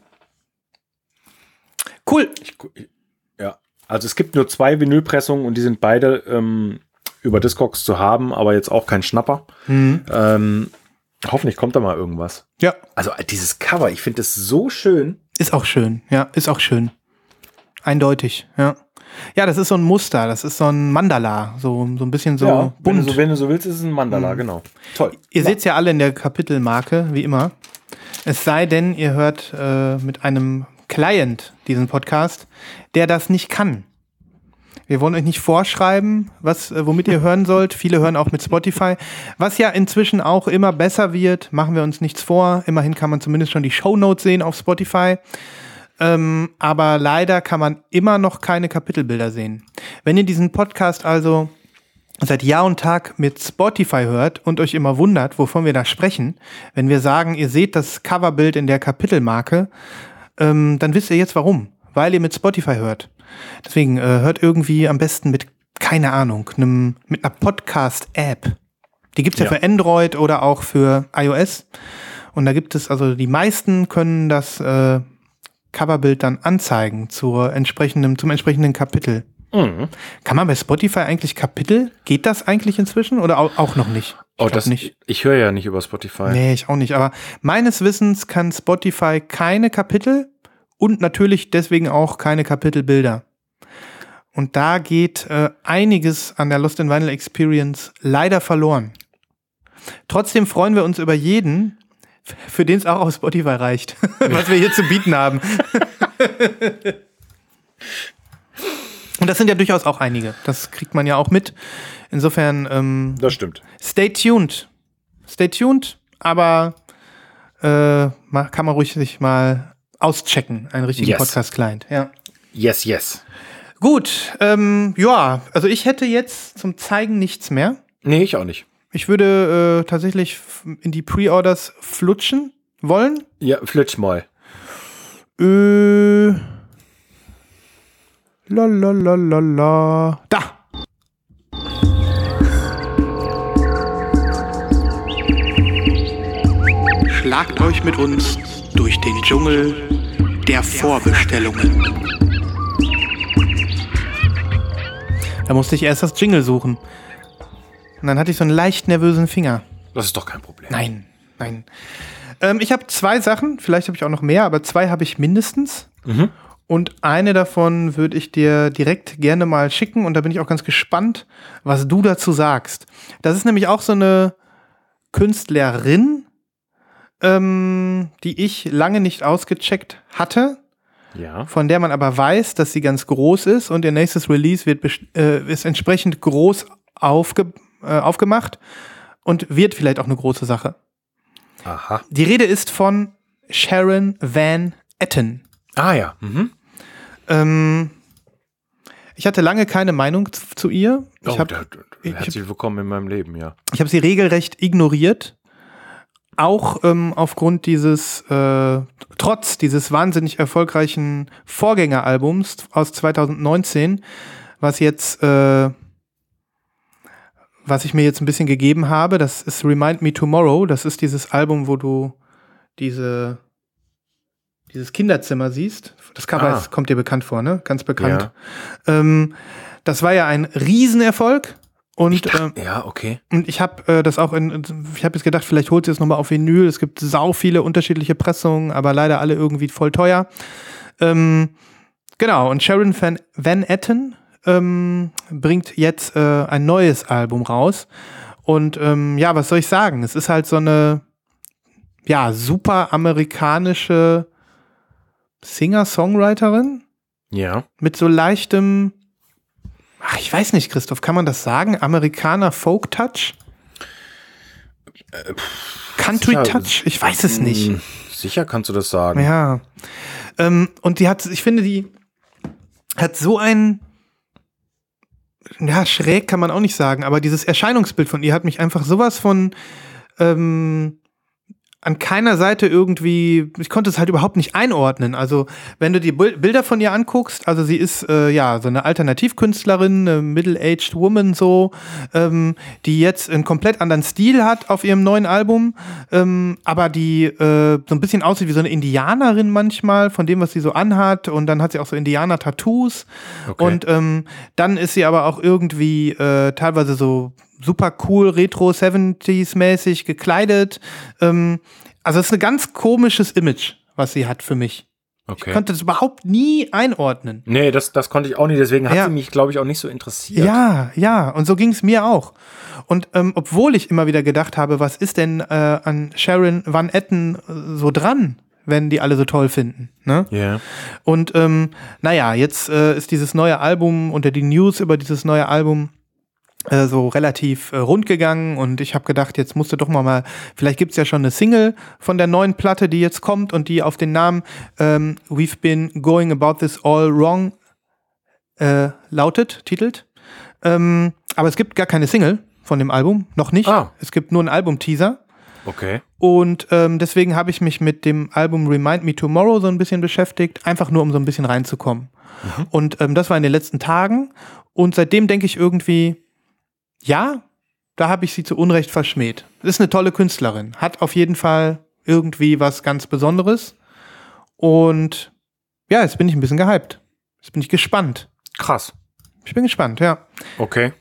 Cool. Ich, ja, also es gibt nur zwei Vinylpressungen und die sind beide ähm, über Discogs zu haben, aber jetzt auch kein Schnapper. Mhm. Ähm, hoffentlich kommt da mal irgendwas. Ja. Also dieses Cover, ich finde das so schön. Ist auch schön, ja, ist auch schön. Eindeutig, ja. Ja, das ist so ein Muster, das ist so ein Mandala, so, so ein bisschen so ja, wenn bunt. du so, wenn du so willst, ist es ein Mandala, mhm. genau. Toll. Ihr seht es ja alle in der Kapitelmarke, wie immer. Es sei denn, ihr hört äh, mit einem Client diesen Podcast, der das nicht kann. Wir wollen euch nicht vorschreiben, was, äh, womit ihr hören sollt. Viele hören auch mit Spotify. Was ja inzwischen auch immer besser wird, machen wir uns nichts vor. Immerhin kann man zumindest schon die Shownotes sehen auf Spotify. Ähm, aber leider kann man immer noch keine Kapitelbilder sehen. Wenn ihr diesen Podcast also seit Jahr und Tag mit Spotify hört und euch immer wundert, wovon wir da sprechen, wenn wir sagen, ihr seht das Coverbild in der Kapitelmarke, ähm, dann wisst ihr jetzt warum. Weil ihr mit Spotify hört. Deswegen äh, hört irgendwie am besten mit, keine Ahnung, einem, mit einer Podcast-App. Die gibt's ja, ja für Android oder auch für iOS. Und da gibt es, also die meisten können das äh, Coverbild dann anzeigen zur entsprechenden, zum entsprechenden Kapitel. Mhm. Kann man bei Spotify eigentlich Kapitel? Geht das eigentlich inzwischen oder auch, auch noch nicht? Ich oh, das nicht. Ich höre ja nicht über Spotify. Nee, ich auch nicht. Aber meines Wissens kann Spotify keine Kapitel und natürlich deswegen auch keine Kapitelbilder. Und da geht äh, einiges an der Lost in Vinyl Experience leider verloren. Trotzdem freuen wir uns über jeden, für den es auch auf Spotify reicht, was wir hier zu bieten haben. Und das sind ja durchaus auch einige. Das kriegt man ja auch mit. Insofern ähm, das stimmt. Stay tuned. Stay tuned, aber äh, kann man ruhig sich mal auschecken, einen richtigen yes. Podcast-Client. Ja. Yes, yes. Gut, ähm, ja, also ich hätte jetzt zum Zeigen nichts mehr. Nee, ich auch nicht. Ich würde äh, tatsächlich in die Pre-Orders flutschen wollen. Ja, flutsch mal. Äh, la la la la la. Da! Schlagt euch mit uns durch den Dschungel der Vorbestellungen. Da musste ich erst das Jingle suchen. Und dann hatte ich so einen leicht nervösen Finger. Das ist doch kein Problem. Nein, nein. Ähm, ich habe zwei Sachen, vielleicht habe ich auch noch mehr, aber zwei habe ich mindestens. Mhm. Und eine davon würde ich dir direkt gerne mal schicken. Und da bin ich auch ganz gespannt, was du dazu sagst. Das ist nämlich auch so eine Künstlerin, ähm, die ich lange nicht ausgecheckt hatte. Ja. Von der man aber weiß, dass sie ganz groß ist. Und ihr nächstes Release wird best- äh, ist entsprechend groß aufge- äh, aufgemacht. Und wird vielleicht auch eine große Sache. Aha. Die Rede ist von Sharon Van Etten. Ah ja. Mhm. Ähm, ich hatte lange keine Meinung zu, zu ihr. Ich Oh, hab, da, ich, herzlich willkommen in meinem Leben, ja. ich habe sie regelrecht ignoriert. Auch ähm, aufgrund dieses, äh, trotz dieses wahnsinnig erfolgreichen Vorgängeralbums aus zwanzig neunzehn, was jetzt, äh, was ich mir jetzt ein bisschen gegeben habe, das ist Remind Me Tomorrow. Das ist dieses Album, wo du diese, dieses Kinderzimmer siehst. Das Cover Ah. ist, kommt dir bekannt vor, ne? Ganz bekannt. Ja. Ähm, das war ja ein Riesenerfolg. Und, ähm, Ja, okay. und ich habe äh, das auch in, ich habe jetzt gedacht, vielleicht holt sie es nochmal auf Vinyl. Es gibt sau viele unterschiedliche Pressungen, aber leider alle irgendwie voll teuer. Ähm, genau, und Sharon Van, Van Etten ähm, bringt jetzt äh, ein neues Album raus. Und ähm, ja, was soll ich sagen? Es ist halt so eine, ja, super amerikanische Singer-Songwriterin Ja. mit so leichtem, ach, ich weiß nicht, Christoph, kann man das sagen? Amerikaner Folk-Touch? Country ja, Touch? Ich weiß es nicht. Hm, Sicher kannst du das sagen. Ja. Ähm, und die hat, ich finde, die hat so ein, ja, schräg kann man auch nicht sagen, aber dieses Erscheinungsbild von ihr hat mich einfach sowas von ähm, an keiner Seite irgendwie, ich konnte es halt überhaupt nicht einordnen. Also, wenn du die Bilder von ihr anguckst, also sie ist äh, ja so eine Alternativkünstlerin, eine Middle-aged Woman so, ähm, die jetzt einen komplett anderen Stil hat auf ihrem neuen Album, ähm, aber die äh, so ein bisschen aussieht wie so eine Indianerin manchmal, von dem, was sie so anhat, und dann hat sie auch so Indianer-Tattoos. Okay. Und ähm, dann ist sie aber auch irgendwie äh, teilweise so super cool, retro siebziger-mäßig gekleidet. Ähm, also es ist ein ganz komisches Image, was sie hat für mich. Okay. Ich konnte das überhaupt nie einordnen. Nee, das, das konnte ich auch nicht, deswegen hat Ja. sie mich, glaube ich, auch nicht so interessiert. Ja, ja, und so ging es mir auch. Und ähm, obwohl ich immer wieder gedacht habe, was ist denn äh, an Sharon Van Etten äh, so dran, wenn die alle so toll finden, ne? Ja. Und ähm, naja, jetzt äh, ist dieses neue Album unter die News über dieses neue Album äh, so relativ äh, rund gegangen, und ich habe gedacht, jetzt musst du doch mal mal, vielleicht gibt's ja schon eine Single von der neuen Platte, die jetzt kommt und die auf den Namen ähm, We've Been Going About This All Wrong äh, lautet, titelt. Ähm, aber es gibt gar keine Single von dem Album, noch nicht. Ah. Es gibt nur einen Album-Teaser. Okay. Und ähm, deswegen habe ich mich mit dem Album Remind Me Tomorrow so ein bisschen beschäftigt, einfach nur um so ein bisschen reinzukommen. Mhm. Und ähm, das war in den letzten Tagen. Und seitdem denke ich irgendwie, ja, da habe ich sie zu Unrecht verschmäht. Ist eine tolle Künstlerin, hat auf jeden Fall irgendwie was ganz Besonderes. Und ja, jetzt bin ich ein bisschen gehypt. Jetzt bin ich gespannt. Krass. Ich bin gespannt, ja. Okay.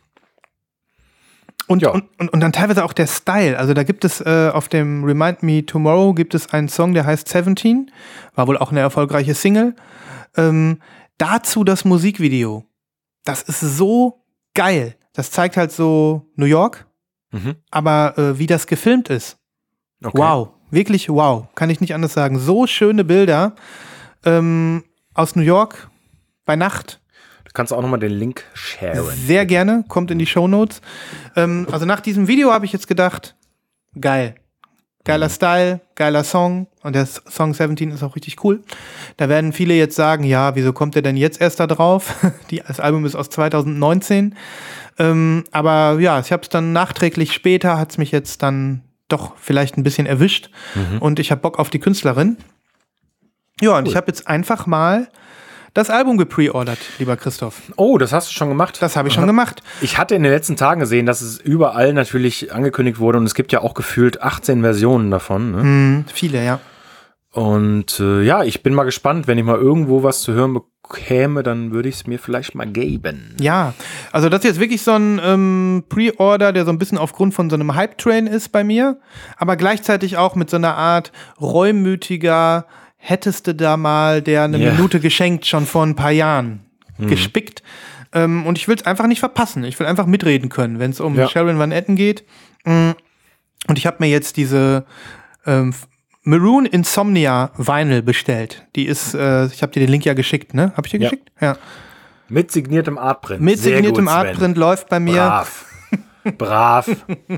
Und, Ja. und, und, und dann teilweise auch der Style. Also da gibt es äh, auf dem Remind Me Tomorrow gibt es einen Song, der heißt seventeen. War wohl auch eine erfolgreiche Single. Ähm, dazu das Musikvideo. Das ist so geil. Das zeigt halt so New York, Mhm. aber äh, wie das gefilmt ist. Okay. Wow. Wirklich wow. Kann ich nicht anders sagen. So schöne Bilder ähm, aus New York bei Nacht. Du kannst auch nochmal den Link sharen. Sehr gerne, kommt in die Shownotes. Ähm, also nach diesem Video habe ich jetzt gedacht, geil. Geiler Style, geiler Song, und der Song seventeen ist auch richtig cool. Da werden viele jetzt sagen, ja, wieso kommt der denn jetzt erst da drauf? Die, das Album ist aus zwanzig neunzehn. Ähm, aber ja, ich habe es dann nachträglich später, hat es mich jetzt dann doch vielleicht ein bisschen erwischt. Mhm. Und ich habe Bock auf die Künstlerin. Ja, und Cool. ich habe jetzt einfach mal das Album gepreordert, lieber Christoph. Oh, das hast du schon gemacht? Das habe ich schon gemacht. Ich hatte in den letzten Tagen gesehen, dass es überall natürlich angekündigt wurde und es gibt ja auch gefühlt achtzehn Versionen davon. Ne? Hm, viele, ja. Und äh, ja, ich bin mal gespannt, wenn ich mal irgendwo was zu hören bekäme, dann würde ich es mir vielleicht mal geben. Ja, also das ist jetzt wirklich so ein ähm, Pre-Order, der so ein bisschen aufgrund von so einem Hype-Train ist bei mir, aber gleichzeitig auch mit so einer Art reumütiger, hättest du da mal der eine Ja. Minute geschenkt, schon vor ein paar Jahren gespickt. Ähm, und ich will es einfach nicht verpassen. Ich will einfach mitreden können, wenn es um Ja. Sharon Van Etten geht. Mm. Und ich habe mir jetzt diese ähm, Maroon Insomnia Vinyl bestellt. Die ist, äh, ich habe dir den Link ja geschickt, ne? Habe ich dir Ja. geschickt? Ja. Mit signiertem Artprint. Mit Sehr signiertem gut, Sven. Artprint läuft bei mir. Brav. Brav.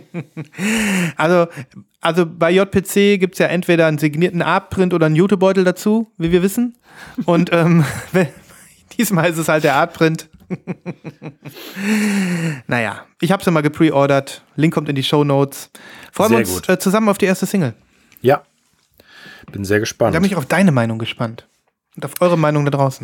Also, also bei J P C gibt es ja entweder einen signierten Artprint oder einen Jutebeutel dazu, wie wir wissen. Und ähm, wenn- diesmal ist es halt der Artprint. Naja, ich habe sie mal gepreordert. Link kommt in die Shownotes. Freuen wir Sehr uns gut. äh, zusammen auf die erste Single. Ja. Bin sehr gespannt. Ich habe mich auf deine Meinung gespannt. Und auf eure Meinung da draußen.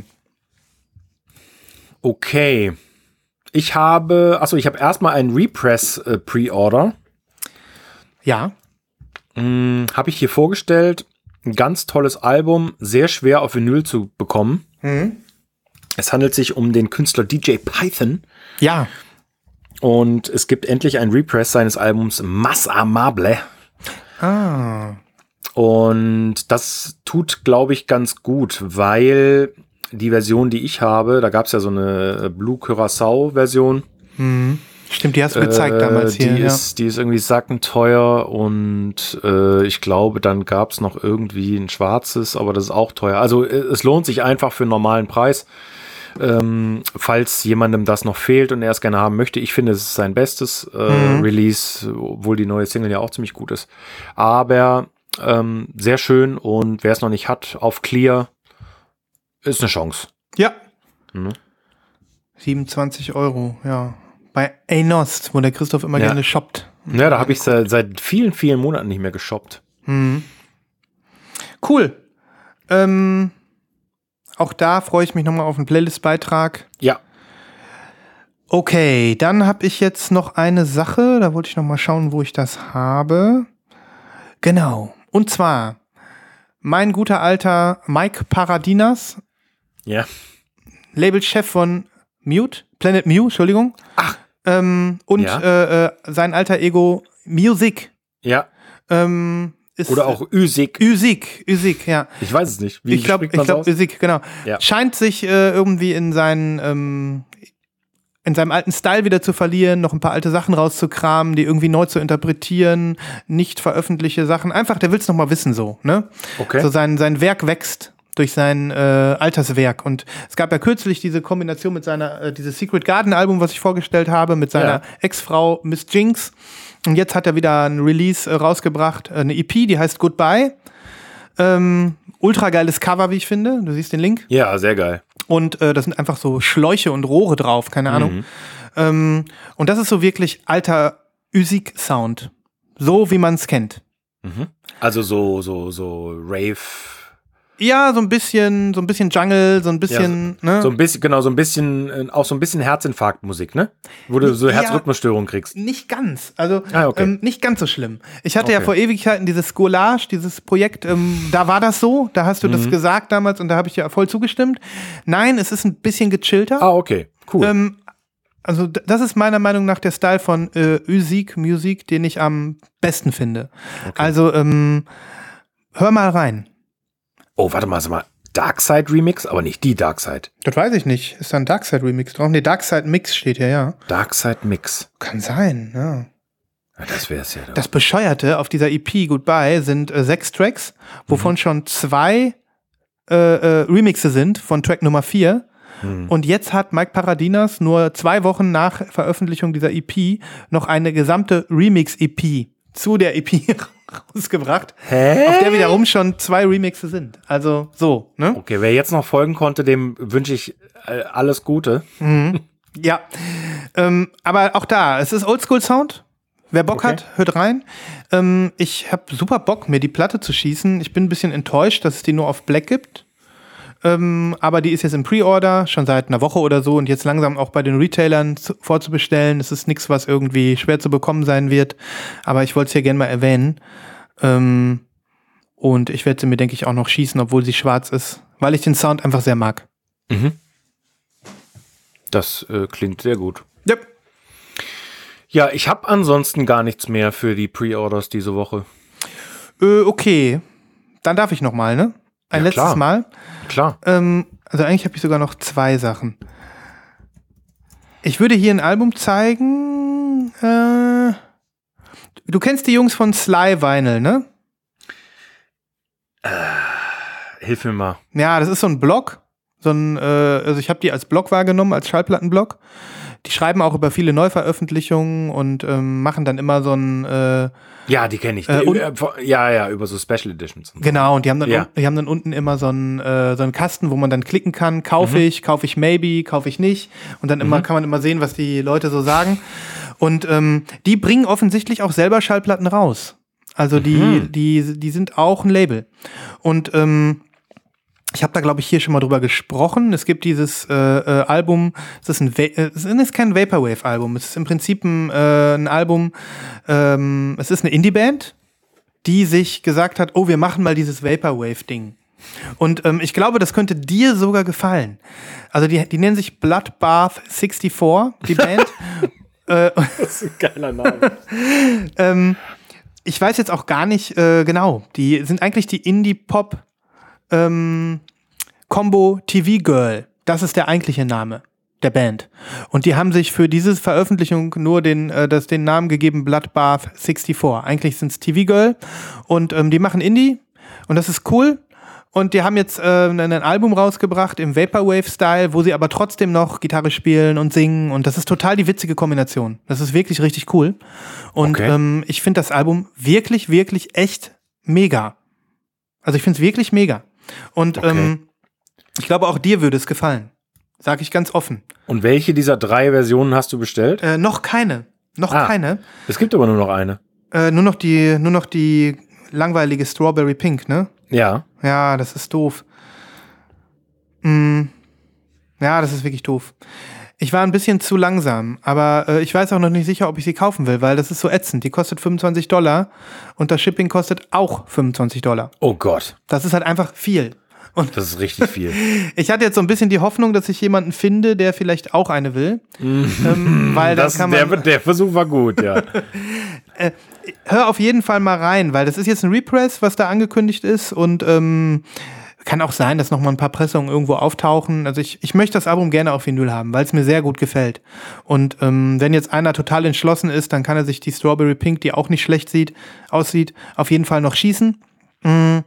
Okay. Ich habe, achso, ich habe erstmal einen Repress äh, Pre-Order. Ja. Hm, habe ich hier vorgestellt. Ein ganz tolles Album, sehr schwer auf Vinyl zu bekommen. Mhm. Es handelt sich um den Künstler D J Python. Ja. Und es gibt endlich ein Repress seines Albums Mas Amable. Ah. Und das tut, glaube ich, ganz gut, weil die Version, die ich habe, da gab es ja so eine Blue Curacao-Version. Mhm. Stimmt, die hast du gezeigt äh, damals hier. Die, ja. ist, die ist irgendwie sackenteuer und äh, ich glaube, dann gab es noch irgendwie ein schwarzes, aber das ist auch teuer. Also äh, es lohnt sich einfach für einen normalen Preis. Ähm, falls jemandem das noch fehlt und er es gerne haben möchte. Ich finde, es ist sein bestes äh, Mhm. Release, obwohl die neue Single ja auch ziemlich gut ist. Aber ähm, sehr schön und wer es noch nicht hat, auf Clear ist eine Chance. Ja. Mhm. siebenundzwanzig Euro, ja. Bei Anost, wo der Christoph immer Ja. gerne shoppt. Ja, da habe ich seit, seit vielen, vielen Monaten nicht mehr geshoppt. Mhm. Cool. Ähm, auch da freue ich mich nochmal auf einen Playlist-Beitrag. Ja. Okay, dann habe ich jetzt noch eine Sache. Da wollte ich nochmal schauen, wo ich das habe. Genau. Und zwar mein guter alter Mike Paradinas, Ja. Labelchef von Mute, Planet Mew, Entschuldigung. Ach. Ähm, und Ja. äh, äh, sein alter Ego Music. Ja. Ähm, ist Oder auch Üsig. Üsig, Üsig, ja. Ich weiß es nicht. Wie ich glaube, spricht ich man's glaube, aus? Üsig, genau. Ja. Scheint sich äh, irgendwie in seinen ähm, in seinem alten Style wieder zu verlieren, noch ein paar alte Sachen rauszukramen, die irgendwie neu zu interpretieren, nicht veröffentlichte Sachen. Einfach, der will es noch mal wissen so, ne? Okay. So sein, sein Werk wächst durch sein äh, Alterswerk. Und es gab ja kürzlich diese Kombination mit seiner, äh, dieses Secret Garden Album, was ich vorgestellt habe, mit seiner Ja. Ex-Frau Miss Jinx. Und jetzt hat er wieder ein Release äh, rausgebracht, äh, eine E P, die heißt Goodbye. Ähm, ultra geiles Cover, wie ich finde. Du siehst den Link. Ja, sehr geil. Und äh, da sind einfach so Schläuche und Rohre drauf, keine Ahnung. Mhm. Ähm, und das ist so wirklich alter Üsig-Sound. So, wie man es kennt. Mhm. Also so, so, so Rave. Ja, so ein bisschen, so ein bisschen Jungle, so ein bisschen, ne? So ein bisschen, genau, so ein bisschen, äh, auch so ein bisschen Herzinfarktmusik, ne? Wo du so Ja. Herzrhythmusstörungen kriegst. Nicht ganz, also Ah, okay. ähm, nicht ganz so schlimm. Ich hatte ja Okay. vor Ewigkeiten dieses Scolage, dieses Projekt, ähm, da war das so, da hast du Mhm. das gesagt damals und da habe ich dir voll zugestimmt. Nein, es ist ein bisschen gechillter. Ah, okay. Cool. Ähm, also d- das ist meiner Meinung nach der Style von äh, Üsig Music, den ich am besten finde. Also ähm, hör mal rein. Oh, warte mal, sag mal. Darkside Remix, aber nicht die Darkside. Das weiß ich nicht. Ist da ein Darkside Remix drauf? Nee, Darkside Mix steht hier, ja. Darkside Mix. Kann sein, ja. Ja, das wär's ja. Das Bescheuerte auf dieser E P Goodbye sind äh, sechs Tracks, wovon Mhm. schon zwei äh, äh, Remixe sind von Track Nummer vier. Mhm. Und jetzt hat Mike Paradinas nur zwei Wochen nach Veröffentlichung dieser E P noch eine gesamte Remix-E P zu der E P rausgebracht, Hä? auf der wiederum schon zwei Remixe sind. Also so, ne? Okay, wer jetzt noch folgen konnte, dem wünsche ich äh, alles Gute. Ja. Ähm, aber auch da, es ist Oldschool-Sound. Wer Bock Okay. hat, hört rein. Ähm, ich habe super Bock, mir die Platte zu schießen. Ich bin ein bisschen enttäuscht, dass es die nur auf Black gibt. Ähm, aber die ist jetzt im Pre-Order, schon seit einer Woche oder so und jetzt langsam auch bei den Retailern zu, vorzubestellen. Es ist nichts, was irgendwie schwer zu bekommen sein wird. Aber ich wollte es hier gerne mal erwähnen. Ähm, und ich werde sie mir, denke ich, auch noch schießen, obwohl sie schwarz ist, weil ich den Sound einfach sehr mag. Mhm. Das äh, klingt sehr gut. Yep. Ja, ich habe ansonsten gar nichts mehr für die Pre-Orders diese Woche. Äh, okay. Dann darf ich noch mal, ne? Ein Ja, letztes klar. Mal. Klar. Ähm, also eigentlich habe ich sogar noch zwei Sachen. Ich würde hier ein Album zeigen. Äh, du kennst die Jungs von Sly Vinyl, ne? Hilf mir mal. Ja, das ist so ein Blog. So ein, äh, also ich habe die als Blog wahrgenommen, als Schallplattenblog. Die schreiben auch über viele Neuveröffentlichungen und ähm, machen dann immer so ein äh, Ja, die kenne ich. Äh, und, ja, ja, über so Special Editions. Und genau, und die haben dann, ja. un- die haben dann unten immer so einen, äh, so einen Kasten, wo man dann klicken kann, kaufe mhm. ich, kaufe ich maybe, kaufe ich nicht. Und dann immer mhm. kann man immer sehen, was die Leute so sagen. Und ähm, die bringen offensichtlich auch selber Schallplatten raus. Also die, mhm. die, die sind auch ein Label. Und ähm, ich habe da, glaube ich, hier schon mal drüber gesprochen. Es gibt dieses äh, äh, Album, es ist, ein Va- es ist kein Vaporwave-Album, es ist im Prinzip ein, äh, ein Album, ähm, es ist eine Indie-Band, die sich gesagt hat, oh, wir machen mal dieses Vaporwave-Ding. Und ähm, ich glaube, das könnte dir sogar gefallen. Also die, die nennen sich Bloodbath vierundsechzig, die Band. äh, das ist ein geiler Name. ähm, ich weiß jetzt auch gar nicht äh, genau. Die sind eigentlich die Indie-Pop- Ähm, Combo T V Girl, das ist der eigentliche Name der Band. Und die haben sich für diese Veröffentlichung nur den, äh, das, den Namen gegeben Bloodbath vierundsechzig. Eigentlich sind es T V Girl und ähm, die machen Indie und das ist cool. Und die haben jetzt äh, ein Album rausgebracht im Vaporwave-Style, wo sie aber trotzdem noch Gitarre spielen und singen. Und das ist total die witzige Kombination. Das ist wirklich richtig cool. Und okay. ähm, ich finde das Album wirklich, wirklich echt mega. Also ich finde es wirklich mega. Und okay. ähm, ich glaube, auch dir würde es gefallen. Sag ich ganz offen. Und welche dieser drei Versionen hast du bestellt? Äh, noch keine. Noch ah, keine. Es gibt aber nur noch eine. Äh, nur noch die, nur noch die langweilige Strawberry Pink, ne? Ja. Ja, das ist doof. Mm, ja, das ist wirklich doof. Ich war ein bisschen zu langsam, aber äh, ich weiß auch noch nicht sicher, ob ich sie kaufen will, weil das ist so ätzend. Die kostet fünfundzwanzig Dollar und das Shipping kostet auch fünfundzwanzig Dollar. Oh Gott. Das ist halt einfach viel. Und das ist richtig viel. Ich hatte jetzt so ein bisschen die Hoffnung, dass ich jemanden finde, der vielleicht auch eine will. ähm, weil das, kann man, der, der Versuch war gut, ja. äh, hör auf jeden Fall mal rein, weil das ist jetzt ein Repress, was da angekündigt ist und ähm, kann auch sein, dass noch mal ein paar Pressungen irgendwo auftauchen. Also ich, ich möchte das Album gerne auf Vinyl haben, weil es mir sehr gut gefällt. Und ähm, wenn jetzt einer total entschlossen ist, dann kann er sich die Strawberry Pink, die auch nicht schlecht sieht, aussieht, auf jeden Fall noch schießen. Mhm.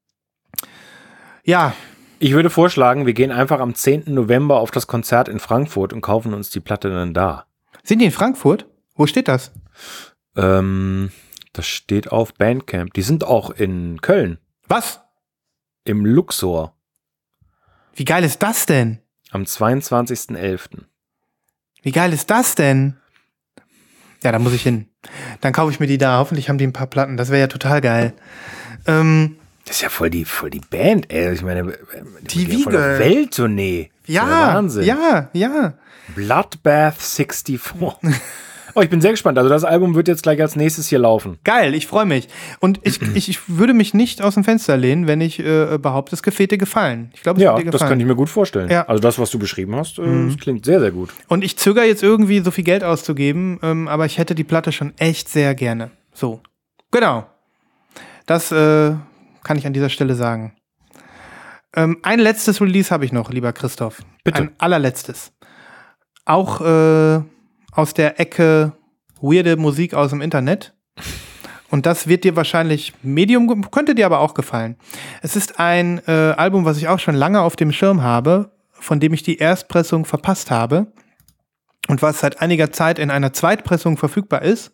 Ja. Ich würde vorschlagen, wir gehen einfach am zehnten November auf das Konzert in Frankfurt und kaufen uns die Platte dann da. Sind die in Frankfurt? Wo steht das? Ähm, das steht auf Bandcamp. Die sind auch in Köln. Was? Im Luxor. Wie geil ist das denn? Am zweiundzwanzigsten elften Wie geil ist das denn? Ja, da muss ich hin. Dann kaufe ich mir die da. Hoffentlich haben die ein paar Platten. Das wäre ja total geil. Ähm, das ist ja voll die, voll die Band, ey. Ich meine, T V von der Welttournee. Ja, Wahnsinn. ja, ja. Bloodbath vierundsechzig. Oh, ich bin sehr gespannt. Also das Album wird jetzt gleich als nächstes hier laufen. Geil, ich freue mich. Und ich, ich, ich würde mich nicht aus dem Fenster lehnen, wenn ich äh, behaupte, es gefällt dir gefallen. Ich glaube, es ja, wird dir gefallen. Das kann ich mir gut vorstellen. Ja. Also das, was du beschrieben hast, äh, mhm. das klingt sehr, sehr gut. Und ich zögere jetzt irgendwie so viel Geld auszugeben, ähm, aber ich hätte die Platte schon echt sehr gerne. So, genau. Das äh, kann ich an dieser Stelle sagen. Ähm, ein letztes Release habe ich noch, lieber Christoph. Bitte. Ein allerletztes. Auch äh, aus der Ecke weirde Musik aus dem Internet. Und das wird dir wahrscheinlich Medium, könnte dir aber auch gefallen. Es ist ein äh, Album, was ich auch schon lange auf dem Schirm habe, von dem ich die Erstpressung verpasst habe und was seit einiger Zeit in einer Zweitpressung verfügbar ist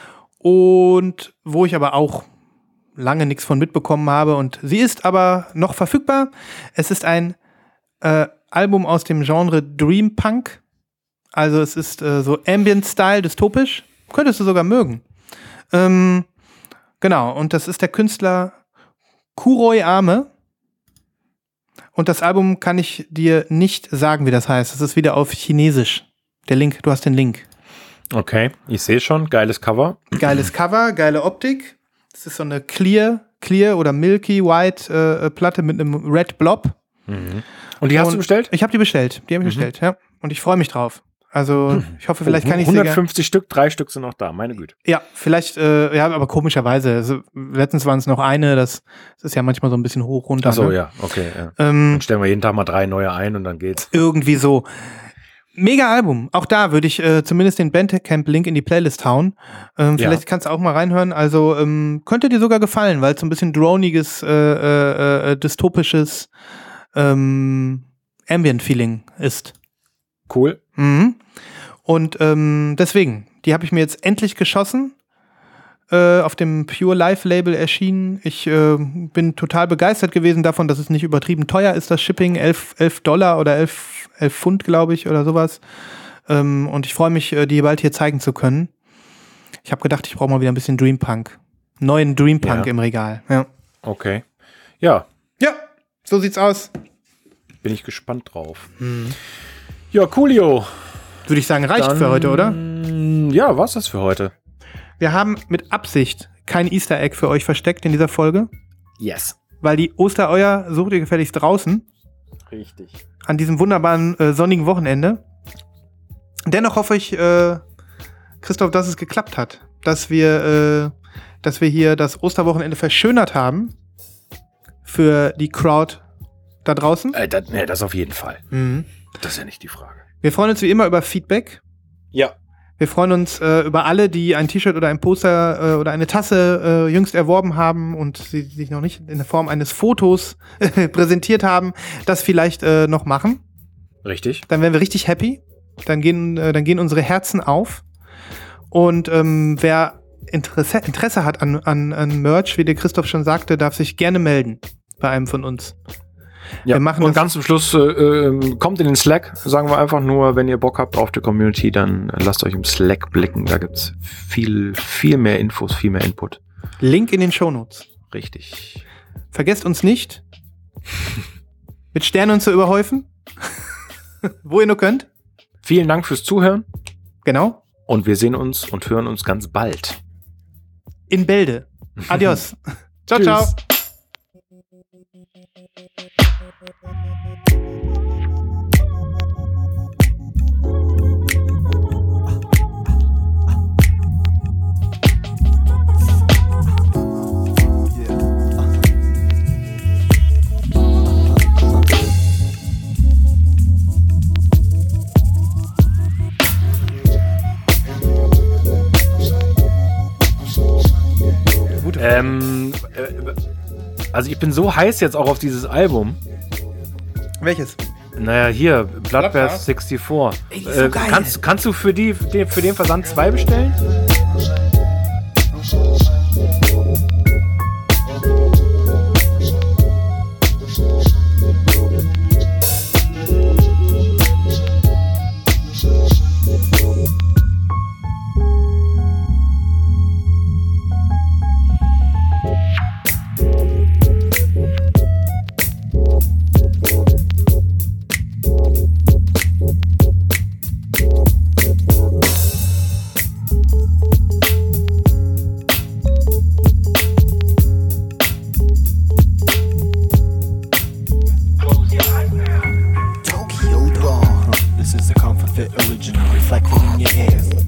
und wo ich aber auch lange nichts von mitbekommen habe. Und sie ist aber noch verfügbar. Es ist ein äh, Album aus dem Genre Dream Punk. Also es ist äh, so Ambient-Style, dystopisch. Könntest du sogar mögen. Ähm, genau, und das ist der Künstler Kuroi Ame. Und das Album kann ich dir nicht sagen, wie das heißt. Es ist wieder auf Chinesisch. Der Link, du hast den Link. Okay, ich sehe schon. Geiles Cover. Geiles Cover, geile Optik. Das ist so eine Clear, Clear oder Milky White äh, Platte mit einem Red Blob. Mhm. Und die hast und du bestellt? Ich habe die bestellt. Die habe ich mhm. bestellt, ja. Und ich freue mich drauf. Also, ich hoffe, vielleicht oh, kann ich hundertfünfzig Stück, drei Stück sind noch da, meine Güte. Ja, vielleicht, äh, ja, aber komischerweise. Also, letztens waren es noch eine, das, das ist ja manchmal so ein bisschen hoch runter. Ach so, ne? ja, okay. Ja. Ähm, dann stellen wir jeden Tag mal drei neue ein und dann geht's. Irgendwie so. Mega Album. Auch da würde ich äh, zumindest den Bandcamp-Link in die Playlist hauen. Ähm, vielleicht ja. kannst du auch mal reinhören. Also, ähm, könnte dir sogar gefallen, weil es so ein bisschen droniges, äh, äh, äh, dystopisches, ähm, Ambient-Feeling ist. Cool. Mhm. Und ähm, deswegen, die habe ich mir jetzt endlich geschossen. Äh, auf dem Pure Life Label erschienen. Ich äh, bin total begeistert gewesen davon, dass es nicht übertrieben teuer ist, das Shipping. elf Dollar oder elf Pfund, glaube ich, oder sowas. Ähm, und ich freue mich, äh, die bald hier zeigen zu können. Ich habe gedacht, ich brauche mal wieder ein bisschen Dream Punk. Neuen Dream Punk Ja. im Regal. Ja. Okay. Ja, ja, so sieht's aus. bin ich gespannt drauf. Ja, coolio. Würde ich sagen, reicht Dann- für heute, oder? Ja, war's das für heute? Wir haben mit Absicht kein Easter Egg für euch versteckt in dieser Folge, Yes. weil die Ostereier sucht ihr gefälligst draußen Richtig. an diesem wunderbaren äh, sonnigen Wochenende. Dennoch hoffe ich, äh, Christoph, dass es geklappt hat, dass wir, äh, dass wir hier das Osterwochenende verschönert haben für die Crowd da draußen. Äh, das, nee, das auf jeden Fall. Mhm. Das ist ja nicht die Frage. Wir freuen uns wie immer über Feedback. Ja. Wir freuen uns äh, über alle, die ein T-Shirt oder ein Poster äh, oder eine Tasse äh, jüngst erworben haben und sie sich noch nicht in der Form eines Fotos äh, präsentiert haben, das vielleicht äh, noch machen. Richtig. Dann wären wir richtig happy. Dann gehen, äh, dann gehen unsere Herzen auf. Und ähm, wer Interesse, Interesse hat an, an, an Merch, wie der Christoph schon sagte, darf sich gerne melden bei einem von uns. Ja, Wir machen und das- ganz zum Schluss äh, äh, kommt in den Slack, sagen wir einfach nur, wenn ihr Bock habt auf die Community, dann äh, lasst euch im Slack blicken. Da gibt's viel, viel mehr Infos, viel mehr Input. Link in den Shownotes. Richtig. Vergesst uns nicht, mit Sternen zu überhäufen, wo ihr nur könnt. Vielen Dank fürs Zuhören Genau. und wir sehen uns und hören uns ganz bald. In Bälde. Adios. Ciao, Tschüss. ciao. Ähm, äh, also ich bin so heiß jetzt auch auf dieses Album. Welches? Naja, hier, Bloodbath Bloodbath? sechsundsiebzig. Ey, die ist so äh, geil. kannst, kannst du für, die, für den- für den Versand zwei bestellen? Tokyo Dawn. This is a Comfort Fit original, reflecting in your ears.